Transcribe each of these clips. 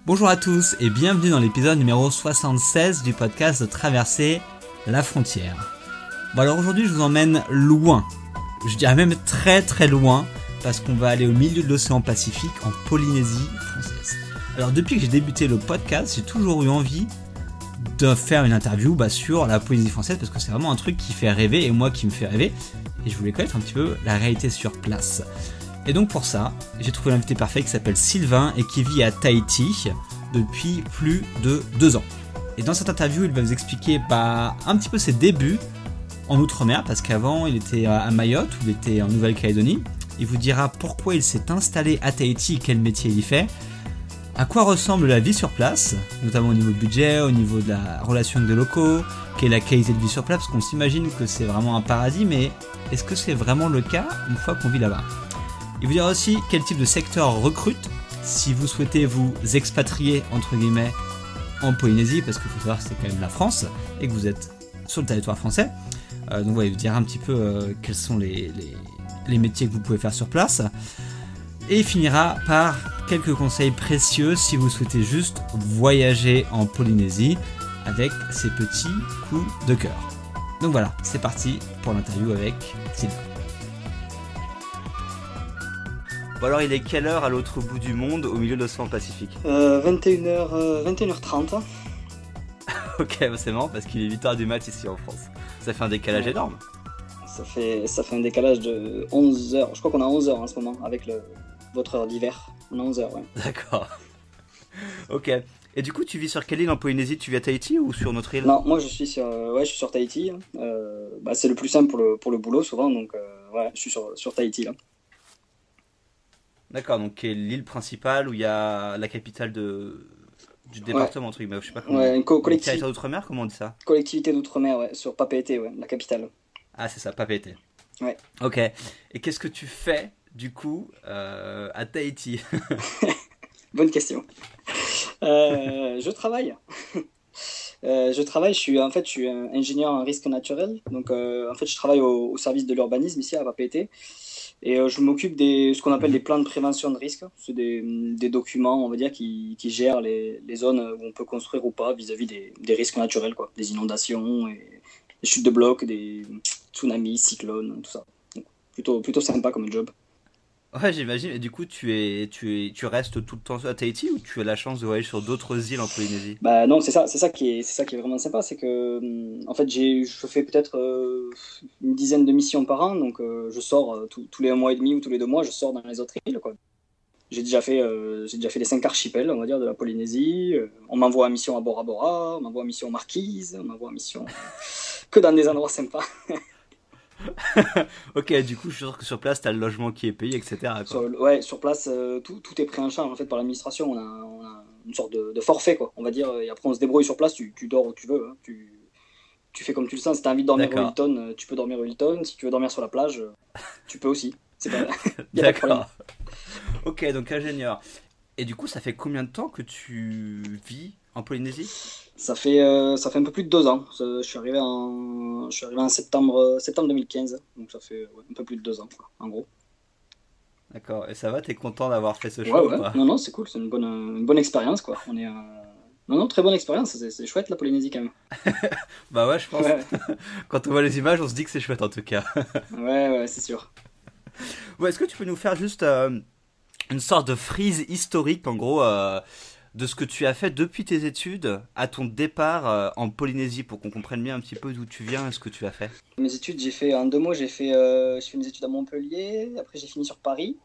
Bonjour à tous et bienvenue dans l'épisode numéro 76 du podcast de Traverser la frontière. Bon alors aujourd'hui je vous emmène loin, je dirais même très très loin, parce qu'on va aller au milieu de l'océan Pacifique en Polynésie française. Alors depuis que j'ai débuté le podcast, j'ai toujours eu envie de faire une interview sur la Polynésie française, parce que c'est vraiment un truc qui fait rêver et moi qui me fait rêver, et je voulais connaître un petit peu la réalité sur place. Et donc pour ça, j'ai trouvé l'invité parfait qui s'appelle Sylvain et qui vit à Tahiti depuis plus de 2 ans. Et dans cette interview, il va vous expliquer un petit peu ses débuts en Outre-mer, parce qu'avant il était à Mayotte ou il était en Nouvelle-Calédonie. Il vous dira pourquoi il s'est installé à Tahiti et quel métier il y fait, à quoi ressemble la vie sur place, notamment au niveau budget, au niveau de la relation avec des locaux, quelle est la qualité de vie sur place, parce qu'on s'imagine que c'est vraiment un paradis, mais est-ce que c'est vraiment le cas une fois qu'on vit là-bas ? Il vous dira aussi quel type de secteur recrute si vous souhaitez vous expatrier entre guillemets en Polynésie, parce qu'il faut savoir que c'est quand même la France et que vous êtes sur le territoire français. Donc il vous dira un petit peu quels sont les métiers que vous pouvez faire sur place. Et il finira par quelques conseils précieux si vous souhaitez juste voyager en Polynésie avec ces petits coups de cœur. Donc voilà, c'est parti pour l'interview avec Sylvain. Bon alors il est quelle heure à l'autre bout du monde, au milieu de l'océan Pacifique ? 21h30. Ok, c'est marrant parce qu'il est 8h du mat ici en France. Ça fait un décalage énorme. Ça fait un décalage de 11h. Je crois qu'on a 11h en ce moment avec votre heure d'hiver. On a 11h, ouais. D'accord. Ok. Et du coup, tu vis sur quelle île en Polynésie ? Tu vis à Tahiti ou sur notre île ? Non, moi je suis sur Tahiti. C'est le plus simple pour le boulot souvent, donc je suis sur Tahiti là. D'accord, donc qui est l'île principale où il y a la capitale du département, entre guillemets, je sais pas comment. Ouais, collectivité d'outre-mer, comment on dit ça ? Collectivité d'outre-mer, ouais, sur Papeete, ouais, la capitale. Ah, c'est ça, Papeete. Ouais. Ok. Et qu'est-ce que tu fais, du coup, à Tahiti ? Bonne question. Je travaille. Je suis ingénieur en risque naturel. Donc, je travaille au service de l'urbanisme ici à Papeete. Et je m'occupe ce qu'on appelle des plans de prévention de risque. C'est des documents, on va dire, qui gèrent les zones où on peut construire ou pas vis-à-vis des risques naturels, quoi. Des inondations, des chutes de blocs, des tsunamis, cyclones, tout ça. Donc, plutôt sympa comme job. Ouais, j'imagine. Et du coup, tu restes tout le temps à Tahiti ou tu as la chance de voyager sur d'autres îles en Polynésie ? Non, c'est ça qui est vraiment sympa, c'est que je fais peut-être une dizaine de missions par an, donc je sors tous les 1 mois et demi ou tous les 2 mois, je sors dans les autres îles, quoi. J'ai déjà fait les 5 archipels, on va dire, de la Polynésie. On m'envoie en mission à Bora Bora, on m'envoie en mission Marquise, on m'envoie en mission que dans des endroits sympas. Ok, du coup, je suis sûr que sur place, tu as le logement qui est payé, etc. Sur place, tout est pris en charge en fait, par l'administration. On a une sorte de forfait, quoi, on va dire. Et après, on se débrouille sur place. Tu dors où tu veux. Hein. Tu fais comme tu le sens. Si tu as envie de dormir au Hilton, tu peux dormir au Hilton. Si tu veux dormir sur la plage, tu peux aussi. Y a D'accord. Ok, donc ingénieur. Et du coup, ça fait combien de temps que tu vis en Polynésie ? Ça fait un peu plus de 2 ans. Je suis arrivé en septembre 2015. Donc ça fait un peu plus de 2 ans, quoi, en gros. D'accord. Et ça va ? T'es content d'avoir fait ce choix ou pas ? Non, c'est cool. C'est une bonne expérience, quoi. Non, très bonne expérience. C'est chouette la Polynésie quand même. Bah ouais, je pense. Ouais. Quand on voit les images, on se dit que c'est chouette en tout cas. Ouais, c'est sûr. Ouais, est-ce que tu peux nous faire juste une sorte de frise historique, en gros, de ce que tu as fait depuis tes études à ton départ en Polynésie, pour qu'on comprenne bien un petit peu d'où tu viens et ce que tu as fait ? Mes études, en 2 mois, j'ai fait mes études à Montpellier. Après, j'ai fini sur Paris.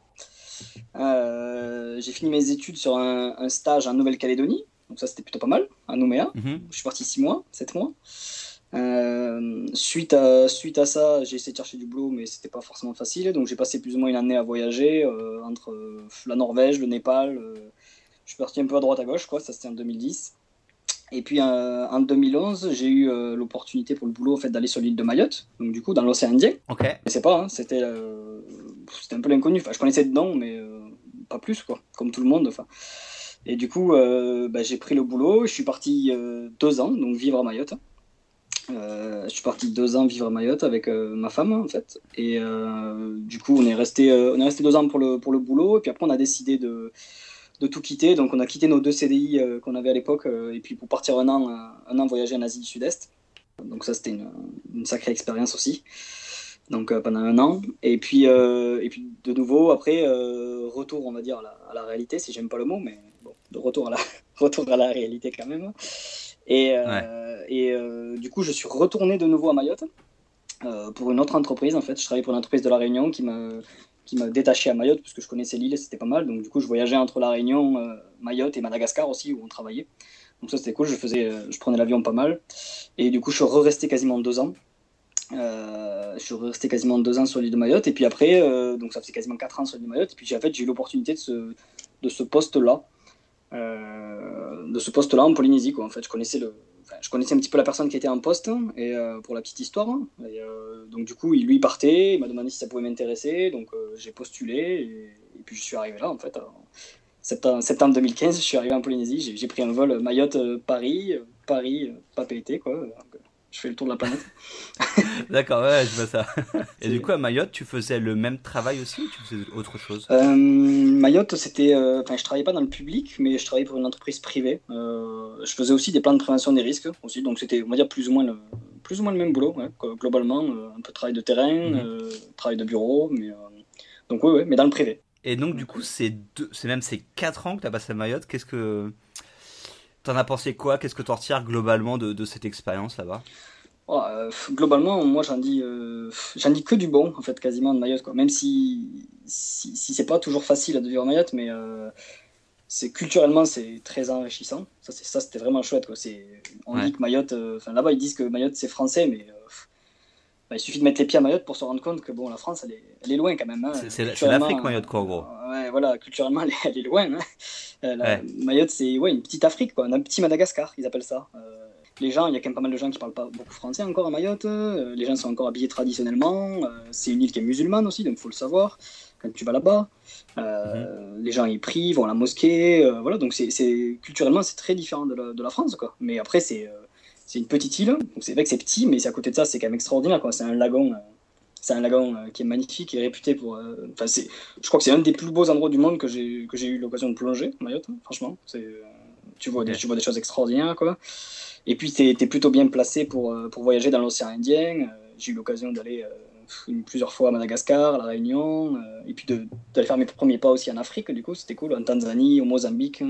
J'ai fini mes études sur un stage en Nouvelle-Calédonie. Donc ça, c'était plutôt pas mal, à Nouméa. Je suis parti 7 mois. Suite à ça, j'ai essayé de chercher du boulot, mais c'était pas forcément facile. Donc j'ai passé plus ou moins une année à voyager entre la Norvège, le Népal. Je suis parti un peu à droite à gauche, quoi. Ça, c'était en 2010. Et puis en 2011, j'ai eu l'opportunité pour le boulot, en fait, d'aller sur l'île de Mayotte, donc du coup dans l'océan Indien. Ok. Je sais pas, hein, c'était un peu l'inconnu. Enfin, je connaissais le nom, mais pas plus, quoi, comme tout le monde. Enfin. Et du coup, j'ai pris le boulot. Je suis parti 2 ans, donc vivre à Mayotte. Je suis parti 2 ans vivre à Mayotte avec ma femme, en fait. Et du coup, on est resté 2 ans pour le boulot. Et puis après, on a décidé de de tout quitter. Donc on a quitté nos 2 CDI qu'on avait à l'époque et puis pour partir un an voyager en Asie du Sud-Est. Donc ça c'était une sacrée expérience aussi. Donc pendant un an. Et puis de nouveau après retour on va dire à la réalité, si j'aime pas le mot, mais bon, de retour à la réalité quand même. Et du coup je suis retourné de nouveau à Mayotte pour une autre entreprise en fait. Je travaillais pour une entreprise de La Réunion qui m'a détaché à Mayotte parce que je connaissais l'île et c'était pas mal. Donc du coup je voyageais entre La Réunion, Mayotte et Madagascar aussi où on travaillait. Donc ça c'était cool, je prenais l'avion pas mal. Et du coup je suis resté quasiment 2 ans. Je suis resté quasiment 2 ans sur l'île de Mayotte et puis après, donc ça faisait quasiment 4 ans sur l'île de Mayotte et puis j'ai eu l'opportunité de ce poste-là, en Polynésie quoi. En fait, je connaissais un petit peu la personne qui était en poste et pour la petite histoire. Et, donc du coup, lui partait, il m'a demandé si ça pouvait m'intéresser, donc j'ai postulé et puis je suis arrivé là en fait. Septembre 2015, je suis arrivé en Polynésie, j'ai pris un vol Mayotte-Paris, Papeete quoi. Donc, je fais le tour de la planète. D'accord, ouais, je vois ça. Et du coup, à Mayotte, tu faisais le même travail aussi ou tu faisais autre chose? Mayotte, c'était, je travaillais pas dans le public, mais je travaillais pour une entreprise privée. Je faisais aussi des plans de prévention des risques aussi, donc c'était, on va dire, plus ou moins le même boulot, ouais, globalement, un peu de travail de terrain, travail de bureau, mais donc oui, mais dans le privé. Et donc, du coup, c'est même ces 4 ans que tu as passé à Mayotte. Qu'est-ce que t'en as pensé quoi? Qu'est-ce que t'en retires globalement de cette expérience là-bas? Globalement, moi j'en dis que du bon en fait quasiment de Mayotte quoi. Même si c'est pas toujours facile de vivre à Mayotte, mais c'est culturellement c'est très enrichissant. C'était vraiment chouette quoi. On dit que Mayotte, là-bas ils disent que Mayotte c'est français, mais il suffit de mettre les pieds à Mayotte pour se rendre compte que bon la France elle est loin quand même. Hein. C'est l'Afrique Mayotte quoi en gros. Ouais voilà, culturellement elle est loin. Hein. Ouais. Mayotte c'est une petite Afrique quoi, un petit Madagascar ils appellent ça. Les gens, il y a quand même pas mal de gens qui parlent pas beaucoup français encore à Mayotte. Les gens sont encore habillés traditionnellement. C'est une île qui est musulmane aussi, donc il faut le savoir quand tu vas là-bas. Les gens y prient, vont à la mosquée. Voilà, donc culturellement c'est très différent de la France, quoi. Mais après c'est une petite île, donc c'est vrai que c'est petit, mais à côté de ça c'est quand même extraordinaire, quoi. C'est un lagon. C'est un lagon qui est magnifique et réputé pour. Je crois que c'est un des plus beaux endroits du monde que j'ai eu l'occasion de plonger, Mayotte. Franchement, tu vois des choses extraordinaires, quoi. Et puis, tu es plutôt bien placé pour voyager dans l'océan Indien. J'ai eu l'occasion d'aller plusieurs fois à Madagascar, à La Réunion, et puis d'aller faire mes premiers pas aussi en Afrique, du coup, c'était cool, en Tanzanie, au Mozambique,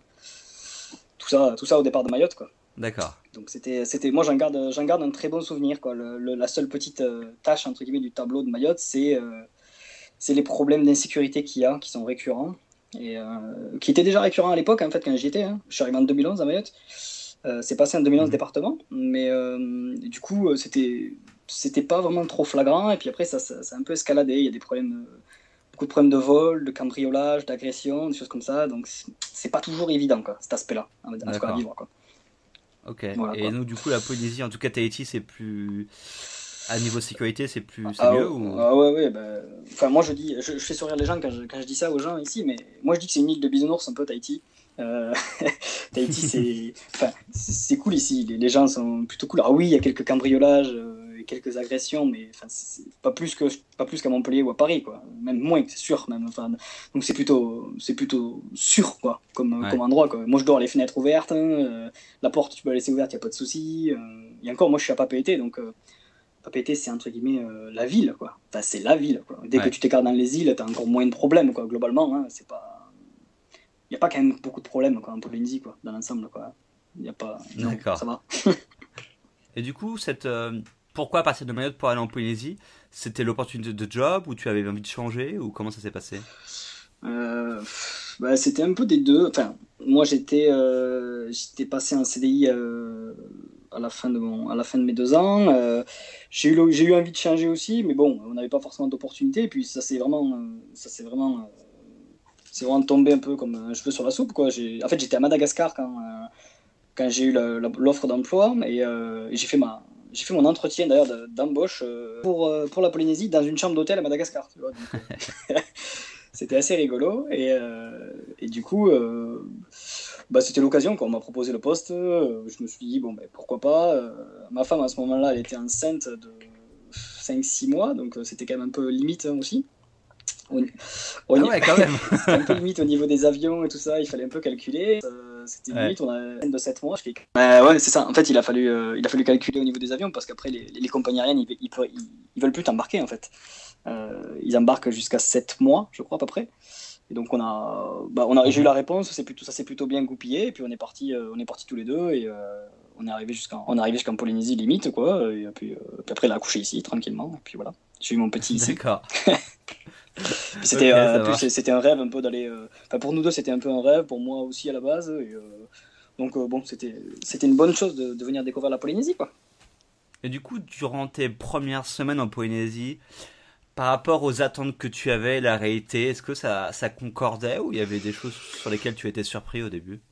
tout ça au départ de Mayotte, quoi. D'accord. Donc, moi, j'en garde un très bon souvenir, quoi. La seule petite tâche, entre guillemets, du tableau de Mayotte, c'est les problèmes d'insécurité qu'il y a, qui sont récurrents, et qui étaient déjà récurrents à l'époque, en fait, quand j'y étais. Hein. Je suis arrivé en 2011 à Mayotte. C'est passé en 2011 département, mais du coup c'était pas vraiment trop flagrant et puis après ça a un peu escaladé. Il y a beaucoup de problèmes de vol, de cambriolage, d'agression, des choses comme ça, donc c'est pas toujours évident quoi, cet aspect-là en tout cas à vivre quoi. Ok. Voilà, et quoi. donc du coup la Polynésie, en tout cas Tahiti, c'est plus à niveau sécurité, c'est Ah, mieux ou ouais, moi je fais sourire les gens quand je dis ça aux gens ici, mais moi je dis que c'est une île de bisounours un peu Tahiti. Tahiti c'est cool ici, les gens sont plutôt cool. Alors oui, il y a quelques cambriolages et quelques agressions, mais c'est pas plus qu'à Montpellier ou à Paris quoi. Même moins, c'est sûr même. Donc c'est plutôt sûr quoi, comme endroit quoi. Moi je dors les fenêtres ouvertes, la porte tu peux la laisser ouverte, il y a pas de souci. Et encore moi je suis à Papeete donc Papeete c'est entre guillemets la ville quoi. Enfin c'est la ville quoi. Dès que tu t'écartes dans les îles, t'as encore moins de problèmes quoi. Globalement, hein, c'est pas. Il n'y a pas quand même beaucoup de problèmes quoi, en Polynésie, quoi, dans l'ensemble. Quoi. Il y a pas... Non, D'accord. ça va. Et du coup, pourquoi partir de Mayotte pour aller en Polynésie? C'était l'opportunité de job ou tu avais envie de changer ou comment ça s'est passé? C'était un peu des deux. Enfin, moi, j'étais passé en CDI à la fin de mes 2 ans. J'ai eu envie de changer aussi, mais bon, on n'avait pas forcément d'opportunité. Et puis, c'est vraiment tombé un peu comme un cheveu sur la soupe, quoi. En fait, j'étais à Madagascar quand j'ai eu l'offre d'emploi et j'ai fait mon entretien d'ailleurs d'embauche pour la Polynésie dans une chambre d'hôtel à Madagascar. Tu vois, donc, c'était assez rigolo et du coup, c'était l'occasion quand on m'a proposé le poste. Je me suis dit bon, pourquoi pas. Ma femme à ce moment-là, elle était enceinte de 5-6 mois, donc c'était quand même un peu limite aussi. On Ah ouais, quand même. C'était un peu limite au niveau des avions et tout ça, il fallait un peu calculer. C'était limite, on a une de 7 mois. Ouais, c'est ça. En fait, il a fallu calculer au niveau des avions parce qu'après, les compagnies aériennes, ils veulent plus t'embarquer en fait. Ils embarquent jusqu'à 7 mois, je crois, à peu près. Et donc, j'ai eu la réponse, ça s'est plutôt bien goupillé. Et puis, on est partis tous les deux et on est arrivé jusqu'en Polynésie limite, quoi. Et puis après, il a accouché ici, tranquillement. Et puis voilà, j'ai eu mon petit ici. D'accord. C'était, Okay, c'était un rêve un peu d'aller. Pour nous deux, c'était un peu un rêve, pour moi aussi à la base. Et, donc, c'était une bonne chose de venir découvrir la Polynésie, quoi. Et du coup, durant tes premières semaines en Polynésie, par rapport aux attentes que tu avais, la réalité, est-ce que ça concordait ou il y avait des choses sur lesquelles tu étais surpris au début?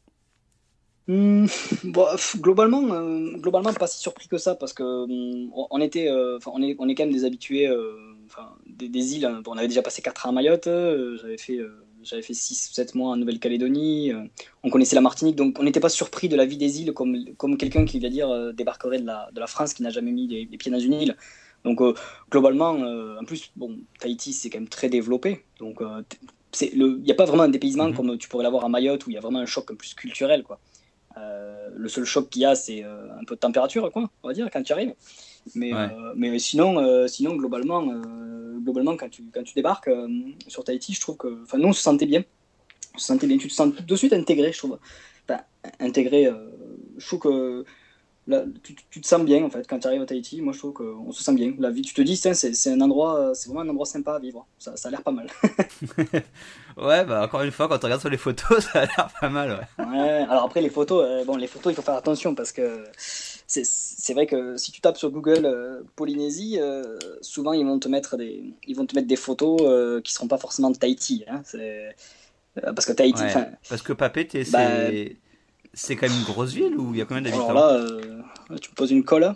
Globalement, pas si surpris que ça parce que on est quand même des habitués des îles. Hein. Bon, on avait déjà passé 4 ans à Mayotte, j'avais fait 6 ou 7 mois en Nouvelle-Calédonie, on connaissait la Martinique, donc on n'était pas surpris de la vie des îles comme quelqu'un qui, va dire, débarquerait de la France qui n'a jamais mis les pieds dans une île. Donc globalement, en plus, Tahiti c'est quand même très développé, donc il n'y a pas vraiment un dépaysement comme tu pourrais l'avoir à Mayotte où il y a vraiment un choc plus culturel, quoi. Le seul choc qu'il y a, c'est un peu de température, quoi, on va dire, quand tu arrives. Mais sinon, globalement, quand tu débarques sur Tahiti, je trouve que, nous, on se sentait bien. Tu te sens tout de suite intégré, je trouve. Intégré, je trouve que là, tu te sens bien, en fait, quand tu arrives à Tahiti. Moi, je trouve qu'on se sent bien. La vie, tu te dis, c'est un endroit, c'est vraiment un endroit sympa à vivre. Ça a l'air pas mal. Ouais, encore une fois, quand on regarde sur les photos, ça a l'air pas mal, ouais. Ouais, alors après, les photos, il faut faire attention parce que c'est vrai que si tu tapes sur Google Polynésie, souvent ils vont te mettre des photos qui seront pas forcément de Tahiti. Hein, parce que Tahiti. Ouais. Parce que Papeete, c'est quand même une grosse ville où il y a combien d'habitants? Alors là, tu me poses une colle.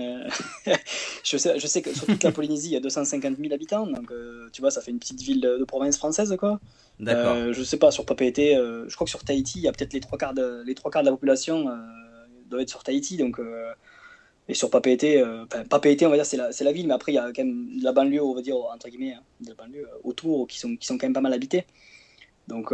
Je sais que sur toute la Polynésie, il y a 250 000 habitants, donc tu vois, ça fait une petite ville de province française, quoi. D'accord. Je sais pas, sur Papeete, je crois que sur Tahiti, il y a peut-être les trois quarts de la population doit être sur Tahiti, donc et sur Papeete, Papeete, on va dire, c'est la ville, mais après il y a quand même la banlieue, on va dire entre guillemets, hein, de la banlieue autour qui sont quand même pas mal habitées. Donc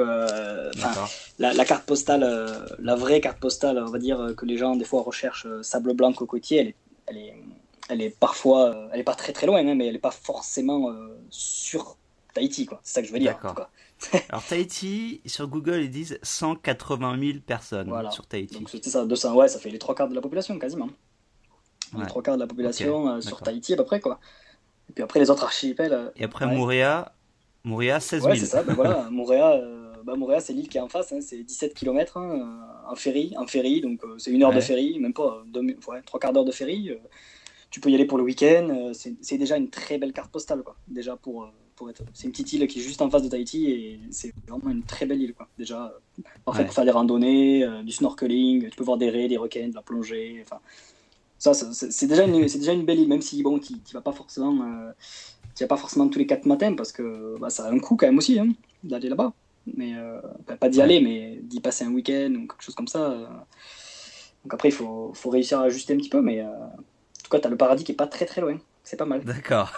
la carte postale, la vraie carte postale, on va dire que les gens des fois recherchent sable blanc cocotier, elle est parfois, elle est pas très très loin, hein, mais elle est pas forcément sur Tahiti, quoi. C'est ça que je veux dire. D'accord. En tout cas. Alors Tahiti, sur Google, ils disent 180 000 personnes Voilà. sur Tahiti. Donc c'était ça, 200, ouais, ça fait les trois quarts de la population quasiment. Les Ouais. trois quarts de la population sur D'accord. Tahiti à peu près, quoi. Et puis après les autres archipels. Et après Ouais. Moorea 16 000. Ouais, c'est ça, voilà, Moorea, c'est l'île qui est en face, hein, c'est 17 km en ferry, donc c'est 1 heure de ferry, même pas, trois quarts d'heure de ferry. Tu peux y aller pour le week-end, c'est déjà une très belle carte postale, quoi. Déjà c'est une petite île qui est juste en face de Tahiti et c'est vraiment une très belle île, quoi. Déjà, parfait pour faire des randonnées, du snorkeling, tu peux voir des raies, des requins, de la plongée, enfin. C'est déjà une belle île, même si bon, tu vas pas forcément tous les 4 matins parce que ça a un coût quand même aussi, hein, d'aller là-bas. Mais pas d'y aller, mais d'y passer un week-end ou quelque chose comme ça. Donc après, il faut réussir à ajuster un petit peu, mais en tout cas, tu as le paradis qui est pas très très loin. C'est pas mal. D'accord.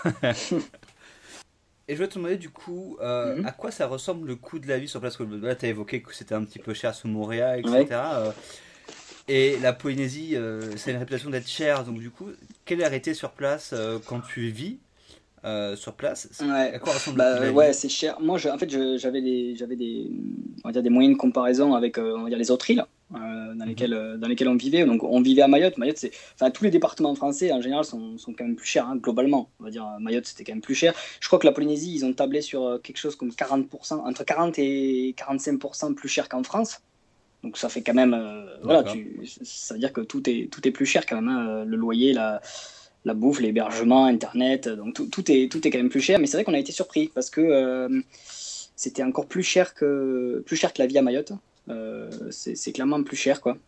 Et je vais te demander du coup, à quoi ça ressemble le coût de la vie sur place? Là, tu as évoqué que c'était un petit peu cher sur Moorea, etc. Ouais. Et la Polynésie, ça a une réputation d'être cher. Donc du coup, quelle est été sur place quand tu vis sur place? Ouais. À quoi ressemble le coût de la vie? Ouais, c'est cher. Moi, j'avais on va dire des moyens de comparaison avec on va dire les autres îles dans lesquelles on vivait. Donc on vivait à Mayotte. Mayotte, tous les départements français en général sont quand même plus chers, hein, globalement. On va dire Mayotte, c'était quand même plus cher. Je crois que la Polynésie, ils ont tablé sur quelque chose comme 40%, entre 40 et 45% plus cher qu'en France. Donc ça fait quand même ça veut dire que tout est plus cher quand même, hein, le loyer, la bouffe, l'hébergement, internet, donc tout est quand même plus cher. Mais c'est vrai qu'on a été surpris parce que c'était encore plus cher que la vie à Mayotte. C'est clairement plus cher, quoi.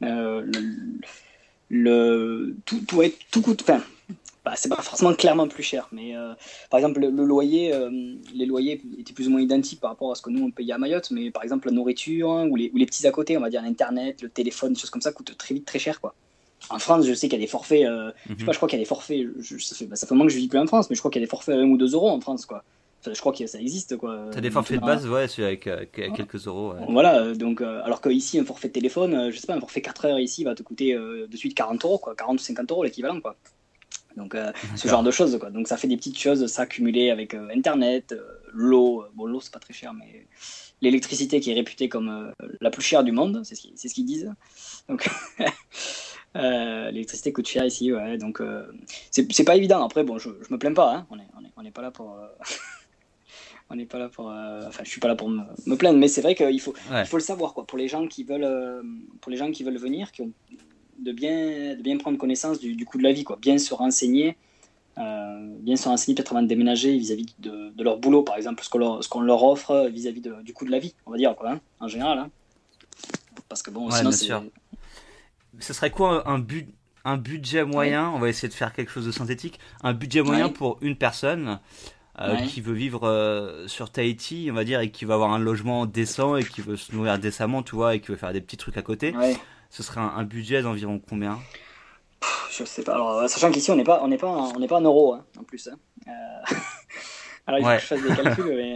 Tout coûte. Enfin, c'est pas forcément clairement plus cher, mais par exemple le loyer, les loyers étaient plus ou moins identiques par rapport à ce que nous on payait à Mayotte, mais par exemple la nourriture, hein, ou les petits à côté, on va dire l'internet, le téléphone, des choses comme ça coûtent très vite très cher, quoi. En France, je sais qu'il y a des forfaits, je sais pas, je crois qu'il y a des forfaits, ça fait un moment que je vis plus en France, mais je crois qu'il y a des forfaits à 1 ou 2 euros en France, quoi. Enfin, je crois que ça existe, quoi. T'as des forfaits de base, ouais, c'est avec quelques euros. Ouais. Voilà, donc, alors qu'ici, un forfait de téléphone, je sais pas, un forfait 4 heures ici va te coûter de suite 40 euros, quoi, 40 ou 50 euros l'équivalent, quoi. Donc, ce genre de choses, quoi. Donc, ça fait des petites choses, ça cumulé avec Internet, l'eau. Bon, l'eau, c'est pas très cher, mais l'électricité qui est réputée comme la plus chère du monde, c'est ce qu'ils disent. Donc, l'électricité coûte cher ici, ouais. Donc, c'est pas évident. Après, bon, je me plains pas, hein. On n'est pas là pour. On n'est pas là pour. Enfin, je suis pas là pour me plaindre, mais c'est vrai qu'il faut, il faut le savoir, quoi. Pour les gens qui veulent venir, qui ont de bien prendre connaissance du coût de la vie, quoi. Bien se renseigner peut-être avant de déménager vis-à-vis de leur boulot, par exemple, ce qu'on leur offre vis-à-vis du coût de la vie, on va dire, quoi, hein, en général. Hein. Parce que bon, sinon bien sûr. Ce serait quoi un budget moyen, on va essayer de faire quelque chose de synthétique, un budget moyen pour une personne qui veut vivre sur Tahiti, on va dire, et qui veut avoir un logement décent et qui veut se nourrir décemment, tu vois, et qui veut faire des petits trucs à côté. Ce serait un budget d'environ combien? Je sais pas. Alors, sachant qu'ici on n'est pas en euros, hein, en plus. Hein. Alors il faut que je fasse des calculs, mais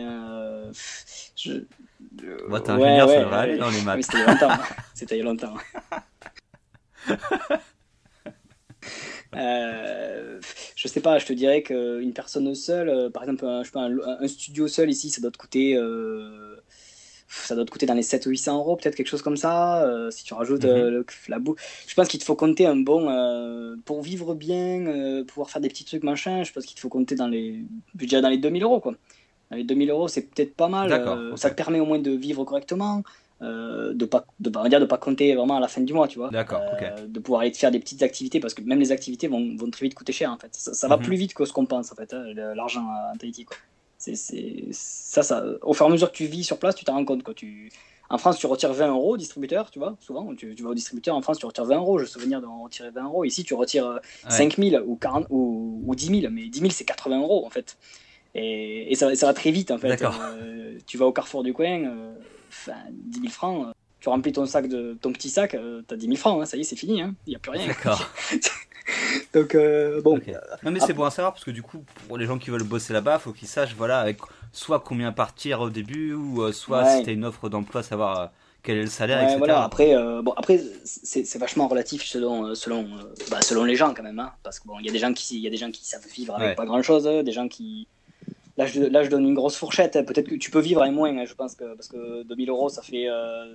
t'es ingénieur, ça devrait aller dans les maths. Oui, c'était il y a longtemps. C'était il y a longtemps. Je sais pas, je te dirais qu'une personne seule, par exemple, je sais pas, un studio seul ici, ça doit te coûter dans les 700 ou 800 euros, peut-être quelque chose comme ça. Si tu rajoutes la bouffe, je pense qu'il te faut compter un bon pour vivre bien, pouvoir faire des petits trucs machin. Je pense qu'il te faut compter dans les 2000 euros, quoi. Dans les 2000 euros, c'est peut-être pas mal. Okay. Ça te permet au moins de vivre correctement. De pas compter vraiment à la fin du mois, tu vois. D'accord, de pouvoir aller te faire des petites activités, parce que même les activités vont très vite coûter cher, en fait. Ça va plus vite que ce qu'on pense, en fait, hein, l'argent à Tahiti, quoi. Ça, au fur et à mesure que tu vis sur place, tu t'en rends compte, quoi. En France, tu retires 20 euros au distributeur, tu vois, souvent tu vas au distributeur en France, tu retires 20 euros. Je me souviens d'en retirer 20 euros. Ici, tu retires 5 000 ou 40 ou 10 000, mais 10 000 c'est 80 euros, en fait. Et ça va très vite, en fait. Tu vas au Carrefour du coin, 10 000 francs, tu remplis ton petit sac, t'as 10 000 francs, hein, ça y est, c'est fini, il n'y a plus rien. D'accord. Donc, bon. Okay. Non, mais c'est bon à savoir, parce que du coup, pour les gens qui veulent bosser là-bas, il faut qu'ils sachent, voilà, avec soit combien partir au début, ou soit si t'as une offre d'emploi, savoir quel est le salaire, etc. Voilà. Après c'est vachement relatif selon les gens, quand même, hein, parce que bon, il y a des gens qui savent vivre avec pas grand-chose, des gens qui... Là, je donne une grosse fourchette. Peut-être que tu peux vivre avec moins, hein, je pense, parce que 2000 euros, ça fait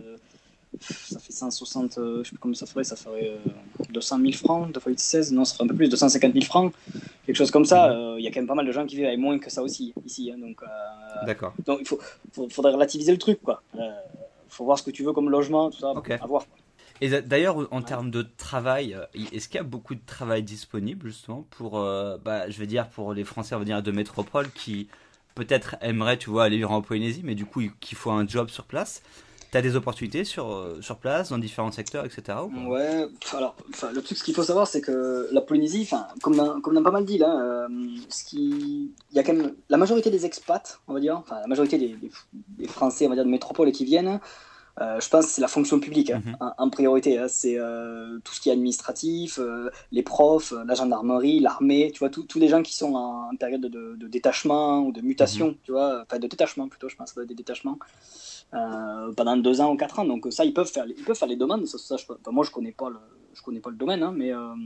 160, je sais plus combien ça ferait 200 000 francs, 2 fois 8, 16, non, ça ferait un peu plus, 250 000 francs, quelque chose comme ça. Il y a quand même pas mal de gens qui vivent avec moins que ça aussi, ici. Hein, donc, d'accord. Donc, faudrait relativiser le truc, quoi. Faut voir ce que tu veux comme logement, tout ça, à voir, quoi. Et d'ailleurs, en termes de travail, est-ce qu'il y a beaucoup de travail disponible, justement, pour, je vais dire, pour les Français, on va dire, de métropole, qui peut-être aimeraient, tu vois, aller vivre en Polynésie, mais du coup, qu'il faut un job sur place? Tu as des opportunités sur place, dans différents secteurs, etc. Ouais, alors, le truc, ce qu'il faut savoir, c'est que la Polynésie, comme on a pas mal dit, là, il y a quand même la majorité des expats, on va dire, la majorité des Français, on va dire, de métropole qui viennent. Je pense que c'est la fonction publique en priorité, hein. C'est tout ce qui est administratif, les profs, la gendarmerie, l'armée, tu vois, tous les gens qui sont en période de détachement ou de mutation, tu vois, de détachement plutôt, je pense, ça doit être des détachements, pendant 2 ans ou 4 ans. Donc ça, ils peuvent faire les demandes. Moi, je connais pas le domaine, hein,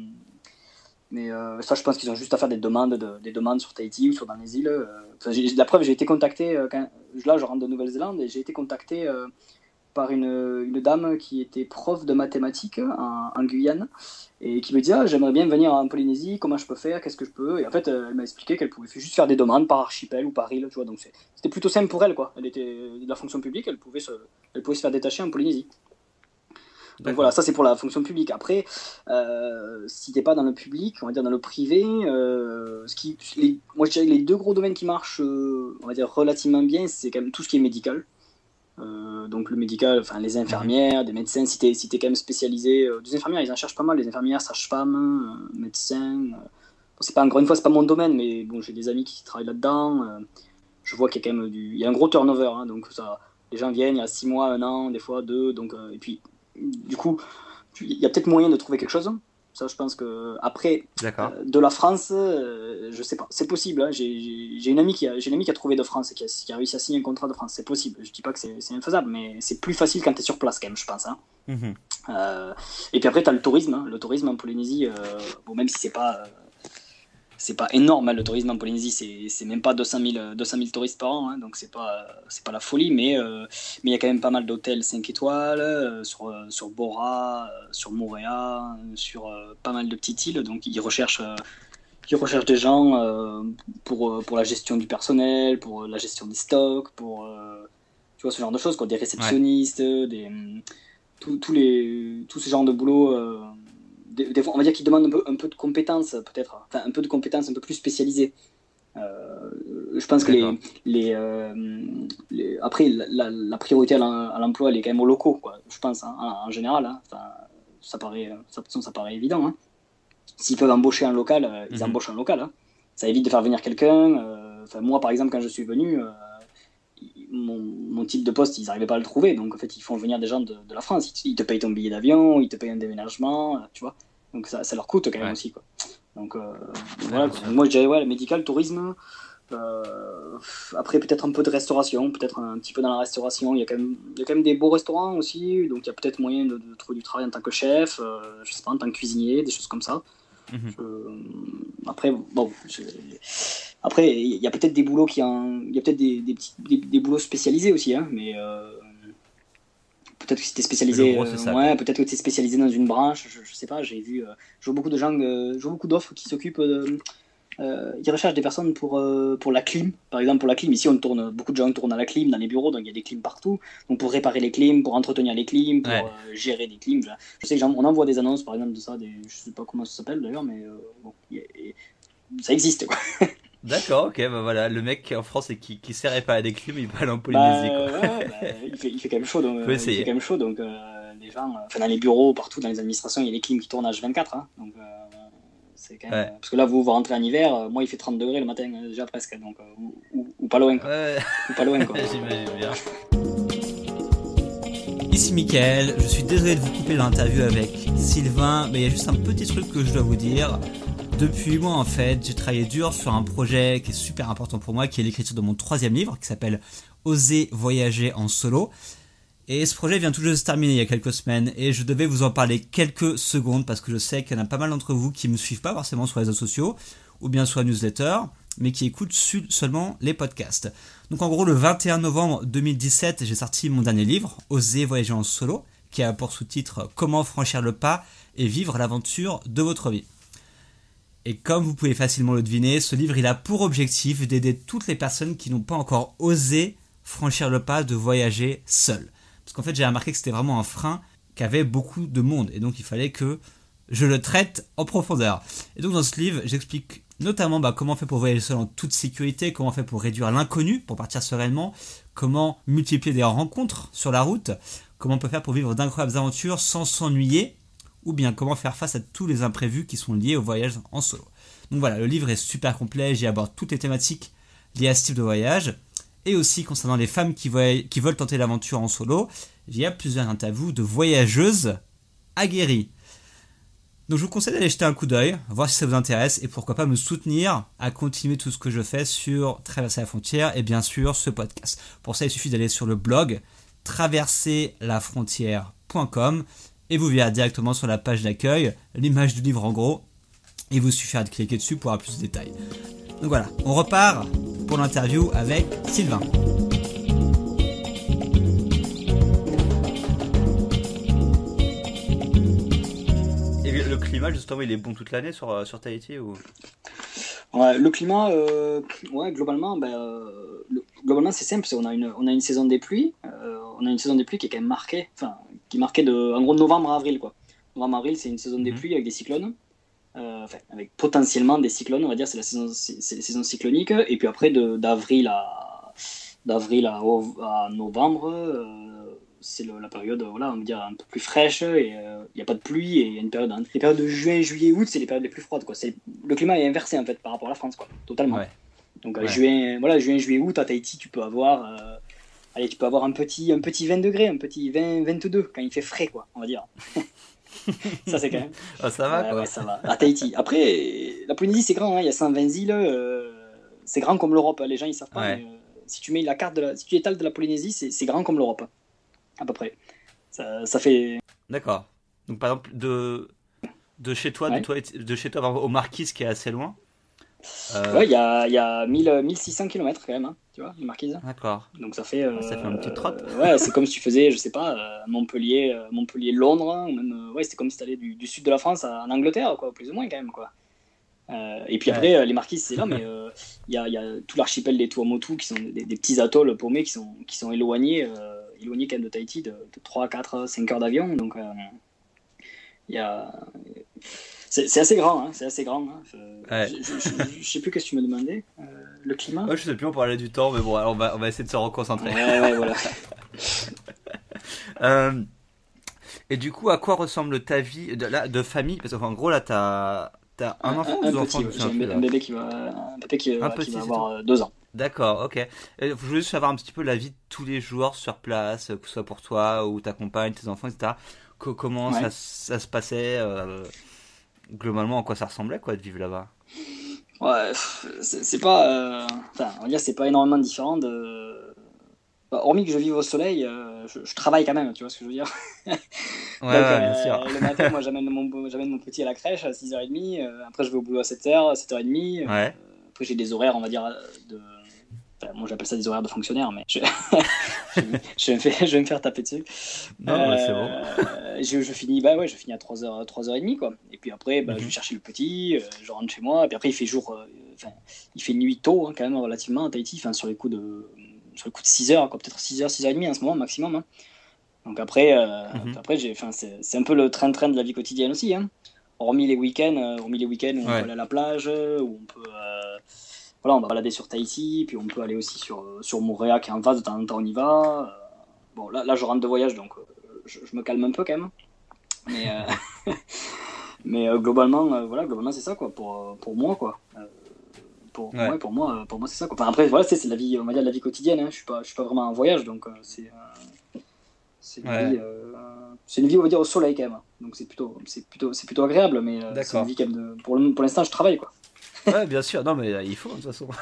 mais ça, je pense qu'ils ont juste à faire des demandes sur Tahiti ou sur dans les îles. La preuve, j'ai été contacté, là je rentre de Nouvelle-Zélande, et j'ai été contacté par une dame qui était prof de mathématiques en Guyane, et qui me dit j'aimerais bien venir en Polynésie, comment je peux faire, qu'est-ce que je peux. Et en fait elle m'a expliqué qu'elle pouvait juste faire des demandes par archipel ou par île, tu vois. Donc c'était plutôt simple pour elle, quoi. Elle était de la fonction publique, elle pouvait se faire détacher en Polynésie. Donc voilà, ça c'est pour la fonction publique. Après, si t'es pas dans le public, on va dire dans le privé, moi je dirais que les 2 gros domaines qui marchent, on va dire relativement bien, c'est quand même tout ce qui est médical. Donc le médical, les infirmières, des médecins, si t'es quand même spécialisé, des infirmières, ils en cherchent pas mal, les infirmières, sages-femmes, médecins. Encore une fois, c'est pas mon domaine, mais bon, j'ai des amis qui travaillent là-dedans. Je vois qu'il y a quand même il y a un gros turnover, hein, donc ça, les gens viennent, il y a 6 mois, 1 an, des fois 2, donc et puis du coup, il y a peut-être moyen de trouver quelque chose. Ça, je pense que après, D'accord. de la France, je sais pas. C'est possible. Hein. J'ai une amie qui a trouvé de France et qui a réussi à signer un contrat de France. C'est possible. Je dis pas que c'est infaisable, mais c'est plus facile quand tu es sur place quand même, je pense. Hein. Mhm. Et puis après, tu as le tourisme. Hein. Le tourisme en Polynésie, bon, même si c'est pas énorme, hein, le tourisme en Polynésie, c'est même pas 200 000 touristes par an, hein, donc c'est pas la folie, mais il y a quand même pas mal d'hôtels 5 étoiles sur Bora, sur Moorea, sur pas mal de petites îles, donc ils recherchent des gens pour la gestion du personnel, pour la gestion des stocks, pour tu vois, ce genre de choses, quoi, des réceptionnistes, tous ces genres de boulot. Des fois, on va dire qu'ils demandent un peu de compétences, peut-être, enfin un peu de compétences un peu plus spécialisées. Je pense que après, la priorité à l'emploi, elle est quand même aux locaux, quoi, je pense, hein, en général. Hein. Enfin, ça paraît évident. Hein. S'ils peuvent embaucher un local, ils embauchent un local. Hein. Ça évite de faire venir quelqu'un. Moi, par exemple, quand je suis venu, mon type de poste, ils n'arrivaient pas à le trouver. Donc, en fait, ils font venir des gens de la France. Ils te payent ton billet d'avion, ils te payent un déménagement, tu vois. Donc, ça leur coûte quand même aussi, quoi. Donc, voilà. Moi, je dirais, le médical, le tourisme. Après, peut-être un peu de restauration, peut-être un petit peu dans la restauration. Il y a quand même des beaux restaurants aussi. Donc, il y a peut-être moyen de trouver du travail en tant que chef, je sais pas, en tant que cuisinier, des choses comme ça. Après, bon, après, il y a peut-être des boulots il y a peut-être des boulots spécialisés aussi, hein, mais peut-être que si t'es spécialisé, peut-être que t'es spécialisé dans une branche, je sais pas. Je vois beaucoup de gens, je vois beaucoup d'offres qui s'occupent ils recherchent des personnes pour la clim, par exemple. Pour la clim, ici beaucoup de gens tournent à la clim dans les bureaux, donc il y a des clims partout, donc pour réparer les clims, pour entretenir les clims, pour gérer des clims. Je sais que on envoie des annonces par exemple de ça, je sais pas comment ça s'appelle d'ailleurs, mais bon, ça existe, quoi. D'accord, ok, bah voilà, le mec en France et qui sait réparer des clims, il peut aller en Polynésie, quoi. Il fait quand même chaud, donc les gens, dans les bureaux, partout dans les administrations, il y a des clims qui tournent H24, hein, donc c'est quand même, parce que là vous rentrez en hiver, moi il fait 30 degrés le matin déjà presque, donc ou pas loin, quoi. Ou pas loin, quoi. J'imagine bien. Ici Mickaël, je suis désolé de vous couper l'interview avec Sylvain, mais il y a juste un petit truc que je dois vous dire. Depuis 8 mois en fait, j'ai travaillé dur sur un projet qui est super important pour moi, qui est l'écriture de mon 3e livre, qui s'appelle Oser voyager en solo. Et ce projet vient tout juste de se terminer il y a quelques semaines, et je devais vous en parler quelques secondes, parce que je sais qu'il y en a pas mal d'entre vous qui me suivent pas forcément sur les réseaux sociaux, ou bien sur la newsletter, mais qui écoutent seulement les podcasts. Donc en gros, le 21 novembre 2017, j'ai sorti mon dernier livre, Oser voyager en solo, qui a pour sous-titre Comment franchir le pas et vivre l'aventure de votre vie. Et comme vous pouvez facilement le deviner, ce livre il a pour objectif d'aider toutes les personnes qui n'ont pas encore osé franchir le pas de voyager seules. Parce qu'en fait j'ai remarqué que c'était vraiment un frein qu'avait beaucoup de monde, et donc il fallait que je le traite en profondeur. Et donc dans ce livre, j'explique notamment comment on fait pour voyager seul en toute sécurité, comment on fait pour réduire l'inconnu, pour partir sereinement, comment multiplier des rencontres sur la route, comment on peut faire pour vivre d'incroyables aventures sans s'ennuyer, ou bien comment faire face à tous les imprévus qui sont liés au voyage en solo. Donc voilà, le livre est super complet, j'y aborde toutes les thématiques liées à ce type de voyage, et aussi concernant les femmes qui veulent tenter l'aventure en solo, il y a plusieurs interviews de voyageuses aguerries. Donc je vous conseille d'aller jeter un coup d'œil, voir si ça vous intéresse, et pourquoi pas me soutenir à continuer tout ce que je fais sur Traverser la frontière, et bien sûr ce podcast. Pour ça, il suffit d'aller sur le blog traverserlafrontière.com, et vous verrez directement sur la page d'accueil l'image du livre en gros, et il vous suffira de cliquer dessus pour avoir plus de détails. Donc voilà, on repart pour l'interview avec Sylvain. Et le climat justement il est bon toute l'année sur Tahiti ou... Ouais, le climat, globalement, globalement c'est simple, on a une saison des pluies, on a une saison des pluies qui est quand même marquée, qui est marquée de, en gros, novembre à avril, quoi. Novembre-avril, c'est une saison des pluies avec des cyclones, avec potentiellement des cyclones, on va dire, c'est les saisons cycloniques, et puis après d'avril à novembre, c'est la période, voilà, on va dire un peu plus fraîche, et il n'y a pas de pluie, et il y a une période, les périodes de juin, juillet, août, c'est les périodes les plus froides, quoi. Le climat est inversé en fait par rapport à la France, quoi, totalement. Ouais. Donc juin, juillet, août à Tahiti, tu peux avoir un petit 20 degrés, un petit 22 quand il fait frais, quoi, on va dire. Ça, c'est quand même. Ah, ça va, quoi. Ouais, ça va. À Tahiti. Après, la Polynésie, c'est grand, hein. Il y a 120 îles. C'est grand comme l'Europe. Les gens, ils savent pas. Ouais. Mais, si tu mets la carte si tu étales de la Polynésie, c'est grand comme l'Europe. À peu près. Ça fait. D'accord. Donc, par exemple, de chez toi, Ouais. de chez toi par exemple, aux Marquises, qui est assez loin. Ouais, il y a 1600 km quand même, hein, tu vois, les Marquises. D'accord. Donc ça fait. Ça fait un petit trot. Ouais, c'est comme si tu faisais, je sais pas, Montpellier-Londres, hein, ou même. Ouais, c'était comme si tu allais du sud de la France en Angleterre, quoi, plus ou moins quand même, quoi. Et puis après, les Marquises, c'est là, mais il y a tout l'archipel des Tuamotu qui sont des petits atolls paumés qui sont éloignés quand même de Tahiti de 3, 4, 5 heures d'avion. Donc il y a. C'est assez grand, hein, c'est assez grand. Hein. Ouais. Je sais plus qu'est-ce que tu me demandais. Le climat. Ouais, je sais plus, on parlait du temps, mais bon, alors on va essayer de se reconcentrer. Ouais, voilà. Et du coup, à quoi ressemble ta vie de famille? Parce qu'en gros, là, t'as un enfant ou deux enfants? Petit, j'ai un bébé qui va avoir 2 ans. D'accord, ok. Je voulais juste savoir un petit peu la vie de tous les jours sur place, que ce soit pour toi ou ta compagne, tes enfants, etc. Comment Ouais. ça se passait globalement, à quoi ça ressemblait, quoi, de vivre là-bas? Ouais, c'est pas. Enfin, on va dire, c'est pas énormément différent de. Bah, hormis que je vive au soleil, je travaille quand même, tu vois ce que je veux dire. Ouais, Donc, ouais, bien sûr. le matin, moi, j'amène mon petit à la crèche à 6h30. Après, je vais au boulot à 7h, 7h30. Ouais. Après, j'ai des horaires, on va dire, de. Enfin, moi, j'appelle ça des horaires de fonctionnaire, mais je vais me faire taper dessus. Non, mais c'est bon. Je finis à 3h30, quoi. Et puis après, je vais chercher le petit, je rentre chez moi. Et puis après, il fait jour. Il fait nuit tôt, hein, quand même, relativement à Tahiti. Enfin, sur les coups de 6h, quoi. Peut-être 6h, 6h30 en ce moment, maximum. Hein. Donc après, c'est un peu le train-train de la vie quotidienne aussi. Hein. Hormis les week-ends où on peut aller à la plage, où on peut. Voilà, on va balader sur Tahiti, puis on peut aller aussi sur Moorea qui est en face, de temps en temps on y va. Bon, là je rentre de voyage, donc je me calme un peu quand même. Mais globalement, c'est ça quoi, pour moi quoi. Pour moi c'est ça quoi. Enfin, après voilà, c'est la vie, on va dire la vie quotidienne. Hein. Je suis pas vraiment en voyage, donc c'est une vie on va dire au soleil quand même. Donc c'est plutôt agréable, mais c'est une vie quand même pour l'instant je travaille quoi. Ouais, bien sûr. Non, mais il faut, de toute façon.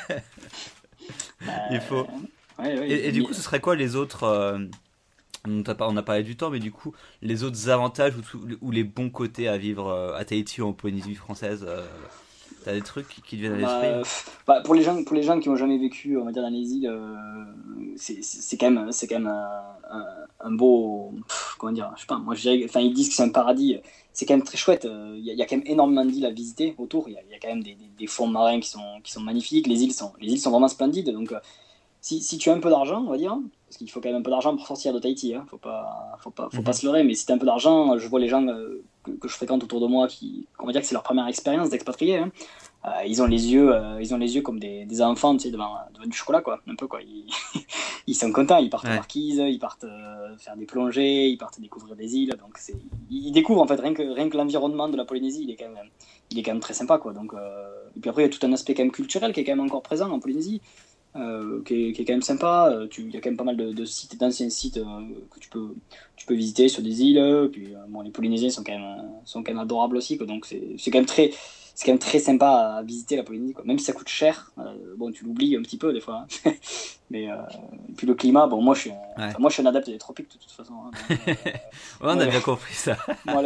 Il faut. Et du coup, ce serait quoi les autres on a parlé du temps, mais du coup, les autres avantages ou les bons côtés à vivre à Tahiti ou en Polynésie française t'as des trucs qui te viennent à l'esprit? Pour les gens qui n'ont jamais vécu, on va dire, dans les îles, c'est quand même un beau. Comment dire? Je sais pas, moi je dirais. Enfin, ils disent que c'est un paradis. C'est quand même très chouette. Il y a quand même énormément d'îles à visiter autour. Il y a quand même des fonds marins qui sont magnifiques. Les îles sont vraiment splendides. Donc, si tu as un peu d'argent, on va dire, parce qu'il faut quand même un peu d'argent pour sortir de Tahiti, hein, faut pas se leurrer, mais si tu as un peu d'argent, je vois les gens que je fréquente autour de moi on va dire que c'est leur première expérience d'expatrié. Hein. Ils ont les yeux comme des enfants, tu sais, devant du chocolat, quoi, un peu quoi. Ils sont contents, ils partent aux Marquises, ils partent faire des plongées, ils partent découvrir des îles, donc ils découvrent en fait rien que l'environnement de la Polynésie, il est quand même très sympa, quoi. Donc et puis après il y a tout un aspect quand même culturel qui est quand même encore présent en Polynésie. Qui est quand même sympa. Il y a quand même pas mal d'anciens sites que tu peux visiter sur des îles. Puis les Polynésiens sont quand même adorables aussi, quoi. Donc c'est quand même très sympa à visiter la Polynésie, quoi. Même si ça coûte cher. Tu l'oublies un petit peu des fois. Hein. Mais et puis le climat, moi je suis un adepte des tropiques de toute façon. Hein. On a bien compris ça. Moi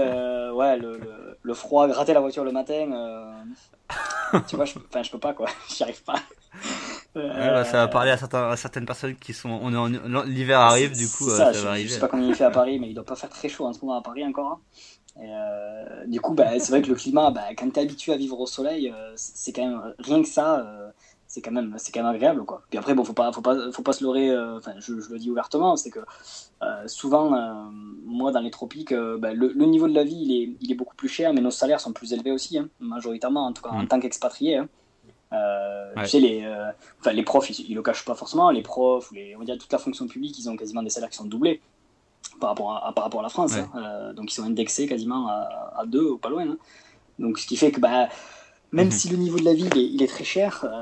le froid, gratter la voiture le matin, tu vois, je peux pas quoi. J'y arrive pas. Ça va parler à certaines personnes qui sont. L'hiver arrive, du coup, ça va arriver. Je sais pas combien il fait à Paris, mais il doit pas faire très chaud en ce moment à Paris encore. Et, du coup, c'est vrai que le climat, quand t'es habitué à vivre au soleil, c'est quand même rien que ça. C'est quand même agréable, quoi. Puis après, faut pas se leurrer. Je le dis ouvertement, c'est que souvent, moi, dans les tropiques, le niveau de la vie, il est beaucoup plus cher, mais nos salaires sont plus élevés aussi, hein, majoritairement, en tout cas en tant qu'expatriés. Hein. Tu sais, les profs, ils le cachent pas forcément. Les profs, on va dire toute la fonction publique, ils ont quasiment des salaires qui sont doublés par rapport à la France. Hein. Donc ils sont indexés quasiment à 2 ou pas loin. Hein. Donc ce qui fait que même si le niveau de la vie il est très cher,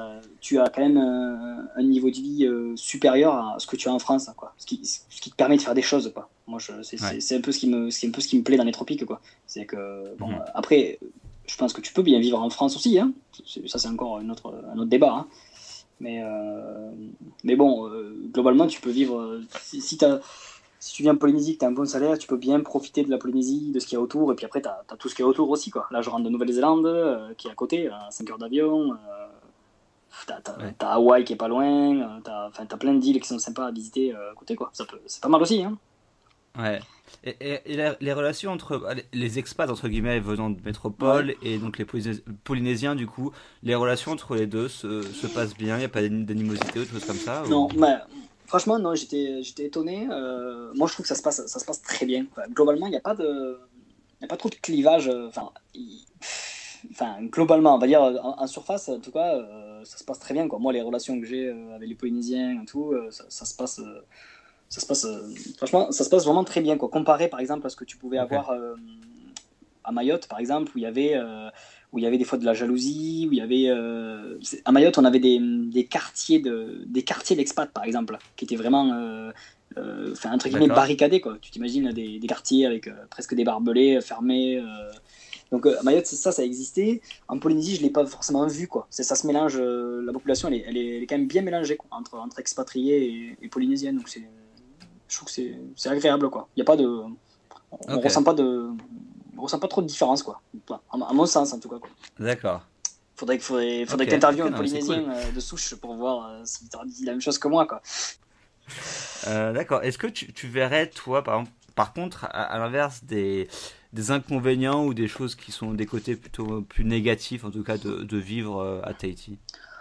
tu as quand même un niveau de vie supérieur à ce que tu as en France, quoi. Ce qui te permet de faire des choses, quoi. Moi, c'est un peu ce qui me plaît dans les tropiques, quoi. C'est que bon, après, je pense que tu peux bien vivre en France aussi, hein. Ça, c'est encore un autre débat, hein. Mais bon, globalement, tu peux vivre si tu viens en Polynésie, que tu as un bon salaire, tu peux bien profiter de la Polynésie, de ce qu'il y a autour, et puis après, tu as tout ce qu'il y a autour aussi, quoi. Là, je rentre de Nouvelle-Zélande, qui est à côté, à 5 heures d'avion. T'as Hawaï qui est pas loin, t'as plein d'îles qui sont sympas à visiter à côté, quoi. C'est pas mal aussi, hein. Ouais. Et les relations entre les expats, entre guillemets, venant de métropole, et donc les Polynésiens, du coup, les relations entre les deux se passent bien, il n'y a pas d'animosité ou de choses comme ça Non, mais franchement, non, j'étais étonné. Moi, je trouve que ça se passe très bien. Globalement, il n'y a pas trop de clivage. Globalement, on va dire en surface, en tout cas, ça se passe très bien, quoi. Moi, les relations que j'ai avec les Polynésiens et tout, ça se passe. Franchement, ça se passe vraiment très bien, quoi. Comparé, par exemple, à ce que tu pouvais avoir à Mayotte, par exemple, où il y avait des fois de la jalousie, où il y avait à Mayotte, on avait des quartiers d'expats, par exemple, qui étaient vraiment entre guillemets barricadés, quoi. Tu t'imagines des quartiers avec presque des barbelés fermés. Donc à Mayotte, ça existait. En Polynésie, je l'ai pas forcément vu, quoi. Ça se mélange, la population, elle est quand même bien mélangée, quoi, entre expatriés et polynésiennes. Donc je trouve que c'est agréable, quoi. Il y a pas de, on ressent pas trop de différence, quoi. À mon sens, en tout cas, quoi. D'accord. Faudrait que t'interviewes un Polynésien de souche pour voir s'il t'a dit la même chose que moi, quoi. D'accord. Est-ce que tu verrais, toi, par contre, à l'inverse des inconvénients ou des choses qui sont des côtés plutôt plus négatifs, en tout cas, de vivre à Tahiti?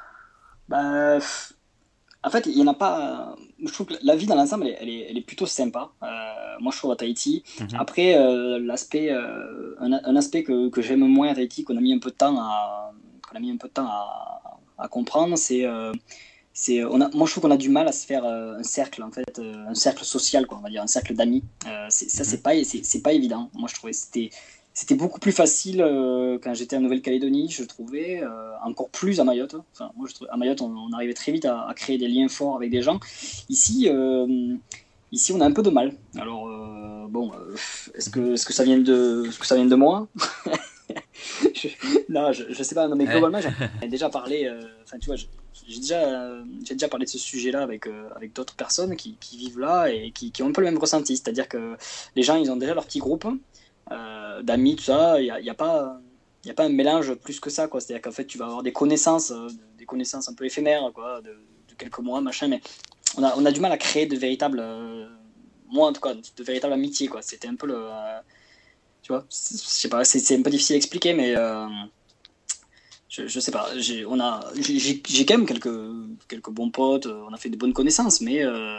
En fait, il y en a pas. Je trouve que la vie dans l'ensemble, elle est plutôt sympa. Moi, je trouve à Tahiti. Après, un aspect que j'aime moins à Tahiti, qu'on a mis un peu de temps à comprendre, moi, je trouve qu'on a du mal à se faire un cercle, en fait, un cercle social, quoi, on va dire, un cercle d'amis. C'est pas évident. Moi, je trouvais que c'était beaucoup plus facile quand j'étais en Nouvelle-Calédonie, je trouvais, encore plus à Mayotte. Enfin, moi, je trouve, à Mayotte, on arrivait très vite à créer des liens forts avec des gens. Ici, on a un peu de mal. Alors, est-ce que ça vient de moi? Non, je sais pas. Non, mais globalement, j'ai déjà parlé. Tu vois, j'ai déjà parlé de ce sujet-là avec d'autres personnes qui vivent là et qui ont un peu le même ressenti. C'est-à-dire que les gens, ils ont déjà leur petit groupe d'amis, tout ça. Il y a pas un mélange plus que ça, quoi. C'est-à-dire qu'en fait, tu vas avoir des connaissances un peu éphémères, quoi, de quelques mois, machin. Mais on a du mal à créer de véritables, moi en tout cas, de véritables amitiés, quoi. C'était un peu le tu vois, je sais pas, c'est un peu difficile à expliquer, mais je sais pas. J'ai quand même quelques bons potes, on a fait de bonnes connaissances, mais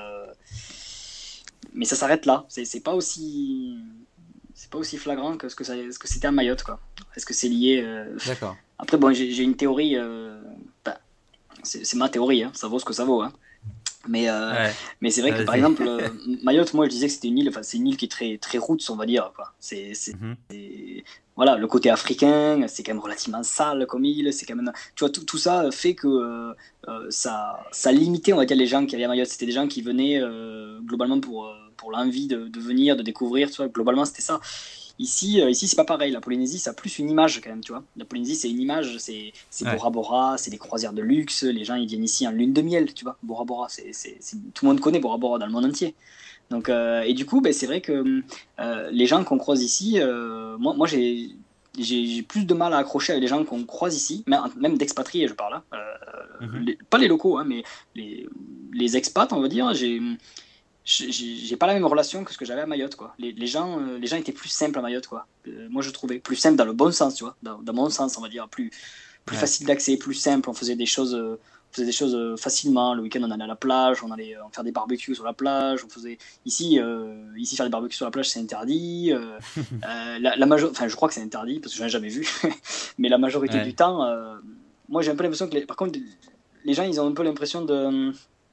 ça s'arrête là. C'est pas aussi flagrant que ce que c'était à Mayotte, quoi. Est-ce que c'est lié D'accord. Après, bon, j'ai une théorie. C'est ma théorie, hein, ça vaut ce que ça vaut, hein. Mais c'est vrai que par exemple Mayotte, moi je disais que c'était une île, c'est une île qui est très très roots, on va dire, quoi. Voilà, le côté africain, c'est quand même relativement sale comme île, c'est quand même, tu vois, tout ça fait que ça limitait, on va dire, les gens qui allaient à Mayotte. C'était des gens qui venaient globalement pour l'envie de venir, de découvrir, tu vois. Globalement c'était ça. Ici, c'est pas pareil. La Polynésie, ça a plus une image quand même, tu vois. La Polynésie, c'est une image, c'est Bora Bora, c'est des croisières de luxe. Les gens, ils viennent ici en lune de miel, tu vois. Bora Bora, tout le monde connaît Bora Bora dans le monde entier. Donc, et du coup, c'est vrai que les gens qu'on croise ici, moi, j'ai plus de mal à accrocher avec les gens qu'on croise ici, même d'expatriés, je parle. Pas les locaux, hein, mais les expats, on va dire. J'ai pas la même relation que ce que j'avais à Mayotte, quoi. Les gens étaient plus simples à Mayotte, quoi. Moi, je trouvais plus simple dans le bon sens, tu vois. Dans mon sens, on va dire, plus facile d'accès, plus simple. On faisait des choses facilement. Le week-end, on allait à la plage, on allait faire des barbecues sur la plage. On faisait ici faire des barbecues sur la plage, c'est interdit. Je crois que c'est interdit parce que je n'en ai jamais vu. Mais la majorité du temps, moi, j'ai un peu l'impression que par contre, les gens, ils ont un peu l'impression de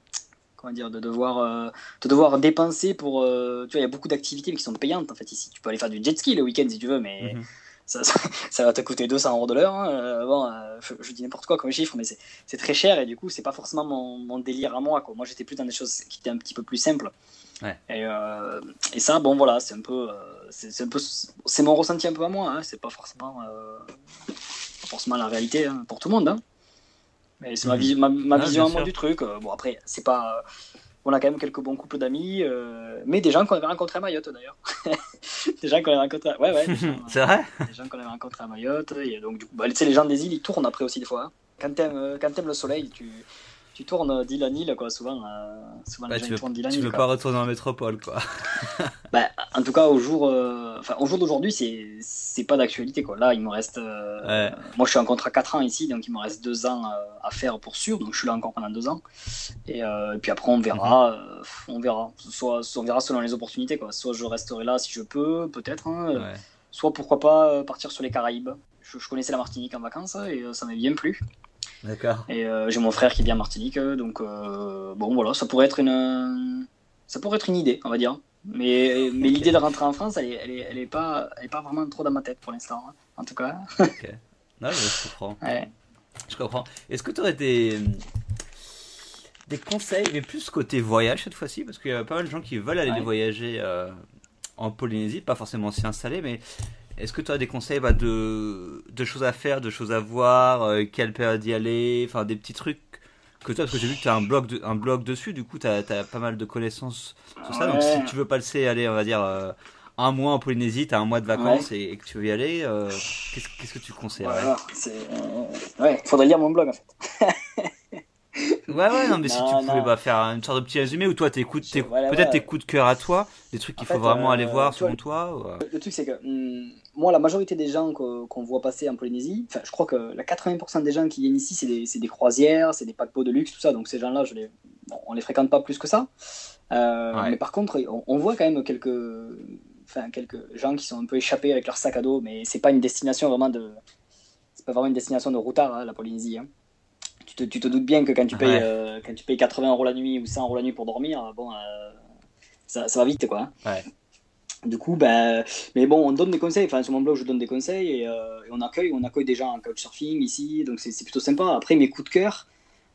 devoir dépenser pour tu vois, il y a beaucoup d'activités mais qui sont payantes en fait ici. Tu peux aller faire du jet ski le week-end si tu veux, mais ça va te coûter 200 € de l'heure. Hein. Bon, je dis n'importe quoi comme chiffre, mais c'est très cher et du coup, c'est pas forcément mon délire à moi, quoi. Moi, j'étais plus dans des choses qui étaient un petit peu plus simples. Ouais. Et ça, bon, voilà, c'est un peu, c'est mon ressenti un peu à moi. Hein. C'est pas forcément la réalité hein, pour tout le monde. Hein. Mais c'est ma vision à moi du truc. Bon, après, c'est pas. On a quand même quelques bons couples d'amis, mais des gens qu'on avait rencontrés à Mayotte d'ailleurs. Des gens qu'on avait rencontrés. Ouais, c'est vrai. Des gens qu'on avait rencontrés à Mayotte. Et donc, du coup, tu sais, les gens des îles, ils tournent après aussi des fois. Hein. Quand t'aimes le soleil, tu tournes d'île en île, quoi. Souvent les gens tournent d'île en île. Tu veux pas retourner en métropole, quoi. En tout cas, au jour d'aujourd'hui, c'est pas d'actualité, quoi. Là, il me reste. Moi, je suis en contrat 4 ans ici, donc il me reste 2 ans à faire pour sûr. Donc, je suis là encore pendant 2 ans. Et puis après, on verra. On verra. Soit on verra selon les opportunités, quoi. Soit je resterai là si je peux, peut-être. Hein. Soit pourquoi pas partir sur les Caraïbes. Je connaissais la Martinique en vacances et ça m'a bien plu. D'accord. Et j'ai mon frère qui vit en Martinique, donc bon voilà, ça pourrait être une idée, on va dire. Mais l'idée de rentrer en France, elle est pas vraiment trop dans ma tête pour l'instant, hein, en tout cas. Ok. Non, je comprends. Ouais. Je comprends. Est-ce que tu aurais des conseils, mais plus côté voyage cette fois-ci, parce qu'il y a pas mal de gens qui veulent aller voyager en Polynésie, pas forcément s'y installer, mais est-ce que tu as des conseils de choses à faire, de choses à voir, quelle période y aller, enfin des petits trucs que toi, parce que j'ai vu que tu as un blog dessus, du coup tu as pas mal de connaissances sur ça, donc si tu veux passer, aller, on va dire, un mois en Polynésie, tu as un mois de vacances et que tu veux y aller, qu'est-ce que tu conseilles? Il faudrait lire mon blog en fait. Non, mais si tu pouvais faire une sorte de petit résumé où toi t'écoutes peut-être tes coups de cœur à toi, des trucs qu'il faut vraiment aller voir selon toi. Le truc c'est que moi la majorité des gens qu'on voit passer en Polynésie, je crois que la 80% des gens qui viennent ici c'est des croisières, c'est des paquebots de luxe, tout ça, donc ces gens-là on les fréquente pas plus que ça. Mais par contre on voit quand même quelques gens qui sont un peu échappés avec leur sac à dos, mais c'est pas une destination vraiment de routard, hein, la Polynésie. Hein. Tu te doutes bien que quand tu payes 80 € la nuit ou 100 € la nuit pour dormir, ça va vite, quoi. Hein. Ouais. Du coup, mais bon, on donne des conseils. Enfin, sur mon blog, je donne des conseils et on accueille des gens en couchsurfing ici, donc c'est plutôt sympa. Après, mes coups de cœur,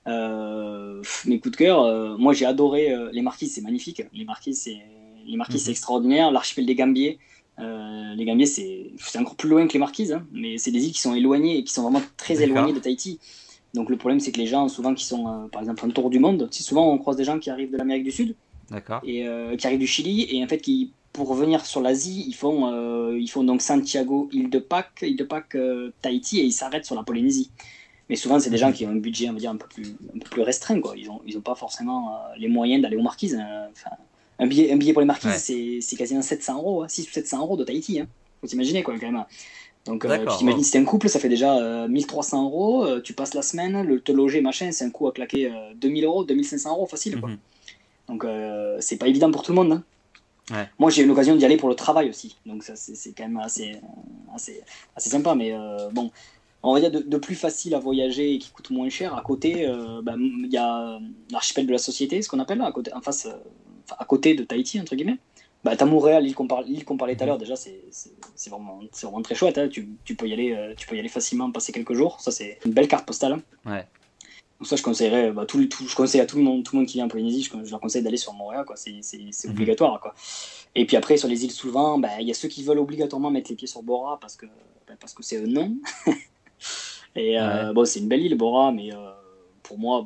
moi j'ai adoré les Marquises, c'est magnifique. Les Marquises, c'est extraordinaire. L'archipel des Gambiers. Les Gambiers, c'est encore plus loin que les Marquises, hein, mais c'est des îles qui sont éloignées et qui sont vraiment très éloignées de Tahiti. Donc le problème c'est que les gens souvent qui sont par exemple en tour du monde, souvent on croise des gens qui arrivent de l'Amérique du Sud. D'accord. Et qui arrivent du Chili et en fait qui pour revenir sur l'Asie ils font donc Santiago, île de Pâques, Tahiti et ils s'arrêtent sur la Polynésie. Mais souvent c'est des gens qui ont un budget on va dire un peu plus restreint, quoi. Ils ont pas forcément les moyens d'aller aux Marquises. Un billet pour les Marquises c'est quasiment 700 €, hein, 6 ou 700 € de Tahiti, hein. Faut t'imaginer, quoi, quand même. Donc tu t'imagines si t'es un couple, ça fait déjà 1300 €, tu passes la semaine, te loger machin, c'est un coup à claquer 2000 €, 2500 € facile, quoi. Donc c'est pas évident pour tout le monde, hein. Ouais. Moi j'ai eu l'occasion d'y aller pour le travail aussi, donc ça c'est quand même assez sympa, mais bon, on va dire de plus facile à voyager et qui coûte moins cher. À côté il y a l'archipel de la Société, ce qu'on appelle, à côté, à côté de Tahiti entre guillemets. T'as Montréal, l'île qu'on parlait tout à l'heure, déjà c'est vraiment très chouette, hein. Tu peux y aller facilement, passer quelques jours, ça c'est une belle carte postale, hein. Ouais. Donc ça je conseillerais, je conseille à tout le monde qui vient en Polynésie, je leur conseille d'aller sur Montréal, quoi. C'est obligatoire, quoi. Et puis après sur les îles sous le vent, il y a ceux qui veulent obligatoirement mettre les pieds sur Bora parce que c'est un nom. Et c'est une belle île Bora, mais pour moi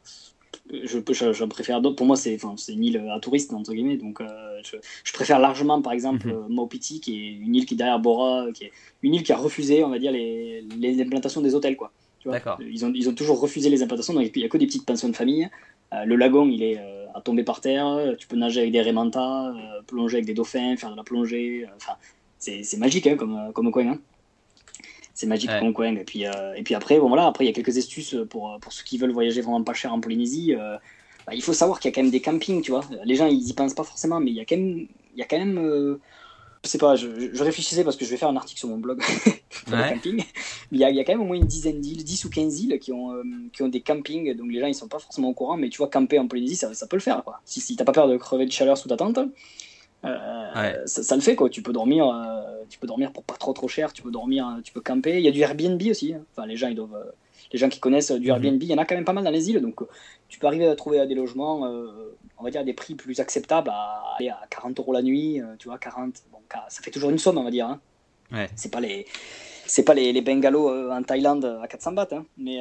je préfère d'autres. Pour moi c'est une île à touristes entre guillemets, donc je préfère largement par exemple Maupiti, qui est une île qui est derrière Bora, qui est une île qui a refusé on va dire les implantations des hôtels, quoi. Tu vois, d'accord. Ils ont toujours refusé les implantations, donc il n'y a que des petites pensions de famille. Le lagon il est à tomber par terre, tu peux nager avec des raimentas, plonger avec des dauphins, faire de la plongée, c'est magique, hein, comme coin, hein. C'est magique, comme coin. Et puis après il y a quelques astuces pour ceux qui veulent voyager vraiment pas cher en Polynésie. Il faut savoir qu'il y a quand même des campings, tu vois. Les gens ils y pensent pas forcément, mais il y a quand même je sais pas, je réfléchissais parce que je vais faire un article sur mon blog pour les campings. Il y a quand même au moins une dizaine d'îles, 10 ou 15 îles qui ont des campings, donc les gens ils sont pas forcément au courant, mais tu vois, camper en Polynésie ça peut le faire, quoi. Si t'as pas peur de crever de chaleur sous ta tente, ça le fait, quoi. Tu peux dormir tu peux dormir pour pas trop cher, tu peux dormir, tu peux camper. Il y a du Airbnb aussi. Hein. Enfin, les gens qui connaissent du Airbnb, il y en a quand même pas mal dans les îles, donc tu peux arriver à trouver des logements, on va dire à des prix plus acceptables, à 40 € la nuit, tu vois, 40. Bon, ça fait toujours une somme, on va dire. Hein. Ouais. C'est pas les bungalows en Thaïlande à 400 bahts, hein, mais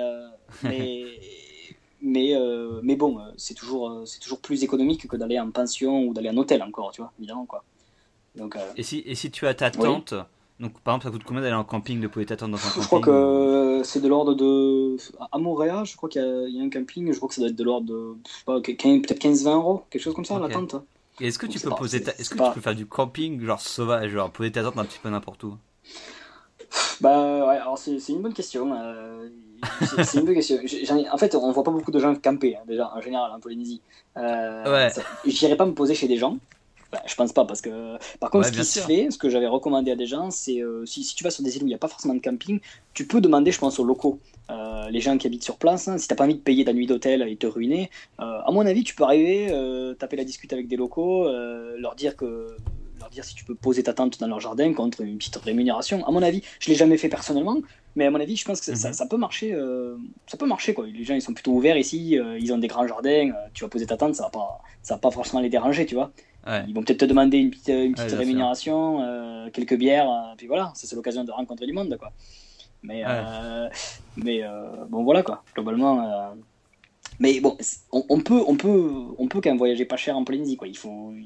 bon, c'est toujours plus économique que d'aller en pension ou d'aller en hôtel encore, tu vois, évidemment quoi. Donc, et si tu as ta tente, donc par exemple ça coûte combien d'aller en camping, de poser ta tente dans un camping? Je crois que c'est de l'ordre de... À Moorea, je crois qu'il y a un camping, je crois que ça doit être de l'ordre de, je sais pas, peut-être 15-20 €, quelque chose comme ça, la tente. Et est-ce que tu peux tu peux faire du camping genre sauvage, genre poser ta tente un petit peu n'importe où? Bah ouais, alors c'est une bonne question. C'est une bonne question. En fait, on voit pas beaucoup de gens camper, hein, déjà, en général, en Polynésie. J'irais pas me poser chez des gens. Bah, je pense pas, parce que par contre, ce qui se fait, ce que j'avais recommandé à des gens, c'est si tu vas sur des îles où il n'y a pas forcément de camping, tu peux demander, je pense, aux locaux, les gens qui habitent sur place, hein, si t'as pas envie de payer ta nuit d'hôtel et te ruiner, à mon avis, tu peux arriver, taper la discute avec des locaux, leur dire si tu peux poser ta tente dans leur jardin contre une petite rémunération. À mon avis, je l'ai jamais fait personnellement, mais à mon avis, je pense que ça peut marcher. Ça peut marcher quoi. Les gens ils sont plutôt ouverts ici, ils ont des grands jardins. Tu vas poser ta tente, ça va pas forcément les déranger, tu vois. Ouais. Ils vont peut-être te demander une petite rémunération, quelques bières, puis voilà. Ça, c'est l'occasion de rencontrer du monde, quoi. Mais bon voilà quoi. Globalement. Mais bon, on peut quand même voyager pas cher en Polynésie, quoi. Il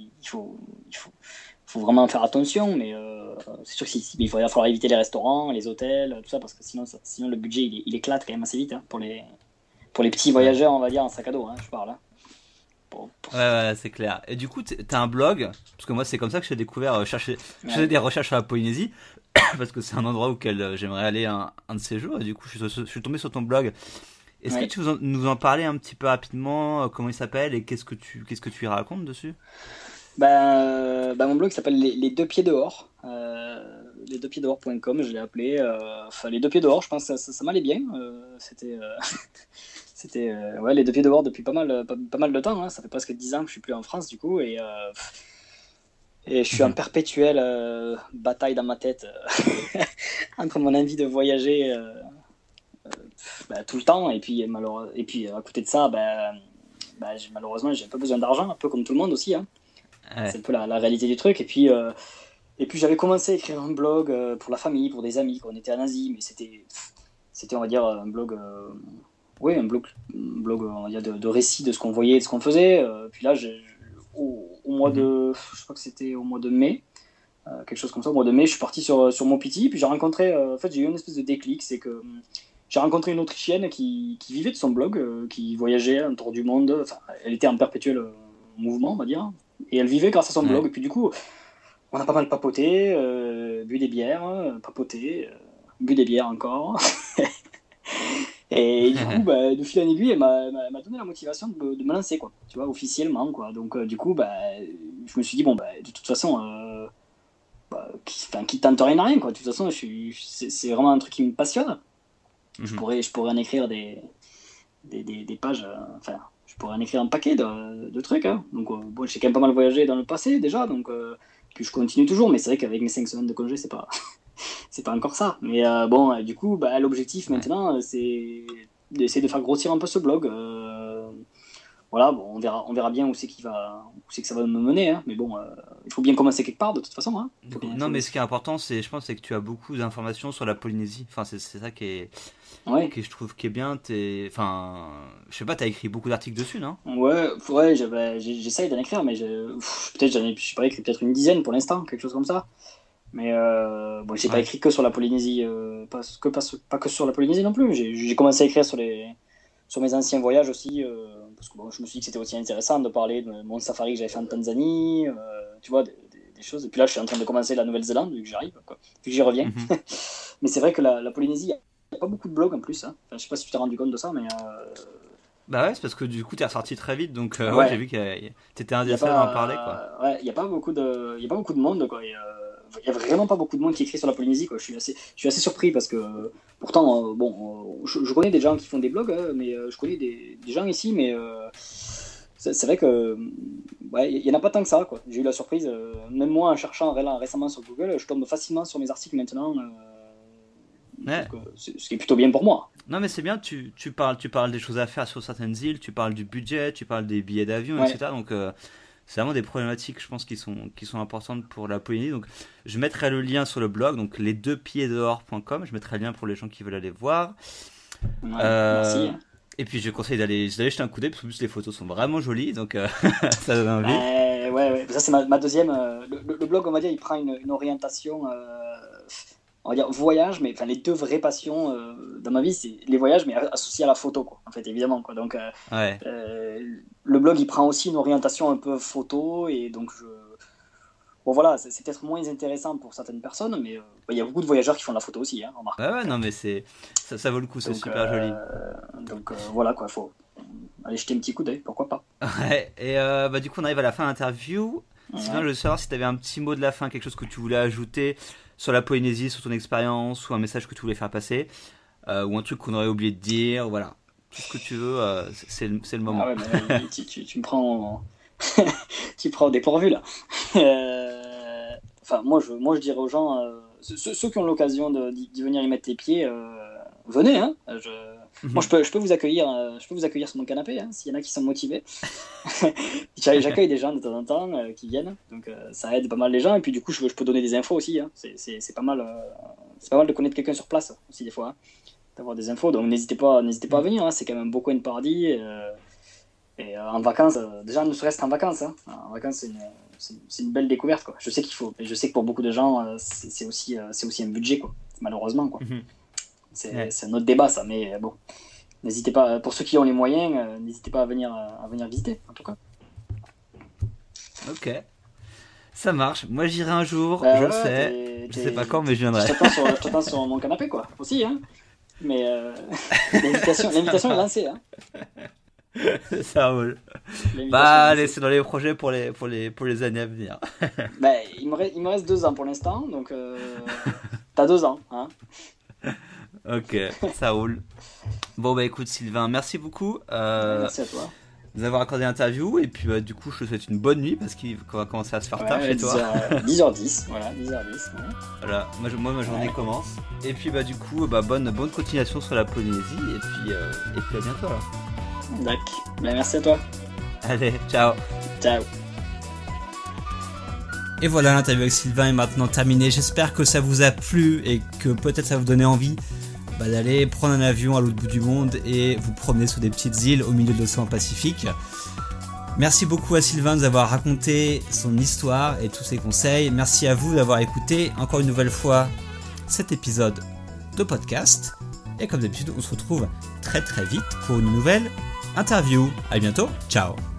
faut vraiment faire attention, mais c'est sûr qu'il va falloir éviter les restaurants, les hôtels, tout ça, parce que sinon le budget il éclate quand même assez vite, hein, pour les petits voyageurs, on va dire, en sac à dos, hein, je parle. Hein. Ouais, c'est clair. Et du coup, t'as un blog, parce que moi c'est comme ça que j'ai découvert, je faisais des recherches sur la Polynésie, parce que c'est un endroit auquel j'aimerais aller un de ces jours, et du coup je suis tombé sur ton blog. Est-ce que tu nous en parlais un petit peu rapidement, comment il s'appelle et qu'est-ce que tu y racontes dessus? Mon blog s'appelle les deux pieds dehors, lesdeuxpiedsdehors.com, je l'ai appelé. Les deux pieds dehors, je pense que ça m'allait bien. C'était les deux pieds dehors depuis pas mal de temps. Hein. Ça fait presque 10 ans que je suis plus en France du coup, et je suis en perpétuelle bataille dans ma tête entre mon envie de voyager tout le temps et puis à côté de ça, malheureusement j'ai un peu besoin d'argent, un peu comme tout le monde aussi. Hein. Ouais. C'est un peu la réalité du truc. Et puis j'avais commencé à écrire un blog pour la famille, pour des amis quand on était en Asie, mais c'était on va dire un blog, un blog on va dire de récits de ce qu'on voyait, de ce qu'on faisait. Puis là, au mois de, je crois que c'était au mois de mai, quelque chose comme ça. Au mois de mai, je suis parti sur Mopiti, puis j'ai rencontré, en fait, j'ai eu une espèce de déclic, c'est que j'ai rencontré une Autrichienne qui vivait de son blog, qui voyageait autour du monde. Enfin, elle était en perpétuel mouvement, on va dire. Et elle vivait grâce à son blog. Et puis du coup, on a pas mal papoté, bu des bières, papoté, bu des bières encore. Et du coup, de fil en aiguille, elle m'a donné la motivation de me lancer, quoi. Tu vois, officiellement, quoi. Donc du coup, je me suis dit, de toute façon, qui tente rien à rien, quoi. De toute façon, c'est vraiment un truc qui me passionne. Je pourrais en écrire des pages, je pourrais en écrire un paquet de trucs. Hein. Donc, j'ai quand même pas mal voyagé dans le passé déjà, donc puis je continue toujours. Mais c'est vrai qu'avec mes 5 semaines de congé, c'est pas encore ça. Mais du coup, l'objectif maintenant, c'est d'essayer de faire grossir un peu ce blog. Voilà, on verra bien où c'est que ça va me mener. Hein. Mais bon, il faut bien commencer quelque part de toute façon. Hein. Mais ce qui est important, je pense, c'est que tu as beaucoup d'informations sur la Polynésie. Enfin, c'est ça qui est. Que je trouve qui est bien. Je sais pas, t'as écrit beaucoup d'articles dessus, non? Ouais, j'essaye d'en écrire, mais peut-être j'ai pas écrit peut-être une dizaine pour l'instant, quelque chose comme ça. Mais j'ai pas écrit que sur la Polynésie, pas que sur la Polynésie non plus. J'ai commencé à écrire sur mes anciens voyages aussi, parce que je me suis dit que c'était aussi intéressant de parler de mon safari que j'avais fait en Tanzanie, tu vois, des choses. Et puis là, je suis en train de commencer la Nouvelle-Zélande, vu que j'arrive, quoi, vu que j'y reviens. Mais c'est vrai que la Polynésie, il n'y a pas beaucoup de blogs en plus. Hein. Enfin, je sais pas si tu t'es rendu compte de ça, mais. C'est parce que du coup, t'es ressorti très vite, donc j'ai vu que t'étais un des seuls à en parler, quoi. Ouais, il n'y a pas beaucoup de monde, quoi. Il y a vraiment pas beaucoup de monde qui écrit sur la Polynésie, quoi. Je suis assez surpris parce que pourtant je connais des gens qui font des blogs, mais je connais des gens ici, mais c'est vrai que ouais, il y en a pas tant que ça, quoi. J'ai eu la surprise, même moi en cherchant récemment sur Google, je tombe facilement sur mes articles maintenant. Ouais. Donc, ce qui est plutôt bien pour moi. Non, mais c'est bien, tu parles des choses à faire sur certaines îles, tu parles du budget, tu parles des billets d'avion, Ouais. etc. Donc, c'est vraiment des problématiques, je pense, qui sont importantes pour la Polynésie. Donc, je mettrai le lien sur le blog, donc lesdeuxpiedsdehors.com. Je mettrai le lien pour les gens qui veulent aller voir. Ouais, merci. Et puis, je conseille d'aller jeter un coup d'œil, parce que en plus, les photos sont vraiment jolies, donc ça donne envie. Ouais. Ça, c'est ma deuxième. Le blog, on va dire, il prend une orientation, on va dire voyage, mais enfin, les deux vraies passions dans ma vie, c'est les voyages, mais associés à la photo, quoi, en fait, évidemment, quoi. Donc, Ouais. le blog, il prend aussi une orientation un peu photo, et donc bon, voilà, c'est peut-être moins intéressant pour certaines personnes, mais il y a beaucoup de voyageurs qui font de la photo aussi, hein, remarque. Ouais, non, mais ça vaut le coup, c'est Donc, super joli. Donc voilà, quoi, faut aller jeter un petit coup d'œil, pourquoi pas. Ouais, et du coup, on arrive à la fin de l'interview. Sinon, je veux savoir si tu avais un petit mot de la fin, quelque chose que tu voulais ajouter sur la Polynésie, sur ton expérience, ou un message que tu voulais faire passer, ou un truc qu'on aurait oublié de dire, voilà. Tout ce que tu veux, c'est le moment. Ah ouais, mais tu me prends tu prends au dépourvu là. Enfin, moi je dirais aux gens, ceux qui ont l'occasion d'y venir y mettre les pieds, venez, hein. Moi je peux vous accueillir, sur mon canapé, hein, s'il y en a qui sont motivés. J'accueille des gens de temps en temps qui viennent, donc ça aide pas mal les gens, et puis du coup je peux donner des infos aussi, hein. C'est pas mal, de connaître quelqu'un sur place aussi des fois, hein, d'avoir des infos, donc n'hésitez pas à venir, hein. C'est quand même un beau coin de paradis, et en vacances, déjà ne serait-ce qu'en vacances, hein. En vacances c'est une belle découverte, quoi. Je sais que pour beaucoup de gens c'est aussi un budget, quoi, malheureusement, quoi. C'est un autre débat, ça, mais bon, n'hésitez pas, pour ceux qui ont les moyens, n'hésitez pas à venir visiter, en tout cas. Ok, ça marche. Moi j'irai un jour, je le sais. Je sais pas quand, mais je viendrai. Je t'attends sur mon canapé, quoi, aussi, hein. Mais l'invitation est lancée, hein. Ça roule. Allez, c'est dans les projets pour les années à venir. Il me reste 2 ans pour l'instant, donc t'as 2 ans, hein. Ok, ça roule. Bon écoute Sylvain, merci beaucoup. Merci à toi. De nous avoir accordé l'interview, et puis du coup je te souhaite une bonne nuit parce qu'il va commencer à se faire tard chez toi. 10h10, voilà, 10h10. Ouais. Voilà, moi ma journée commence. Et puis du coup bonne continuation sur la Polynésie, et puis à bientôt alors. D'accord, merci à toi. Allez, ciao. Ciao. Et voilà, l'interview avec Sylvain est maintenant terminée. J'espère que ça vous a plu et que peut-être ça vous donnait envie d'aller prendre un avion à l'autre bout du monde et vous promener sur des petites îles au milieu de l'océan Pacifique. Merci beaucoup à Sylvain de nous avoir raconté son histoire et tous ses conseils. Merci à vous d'avoir écouté encore une nouvelle fois cet épisode de podcast. Et comme d'habitude, on se retrouve très très vite pour une nouvelle interview. À bientôt, ciao.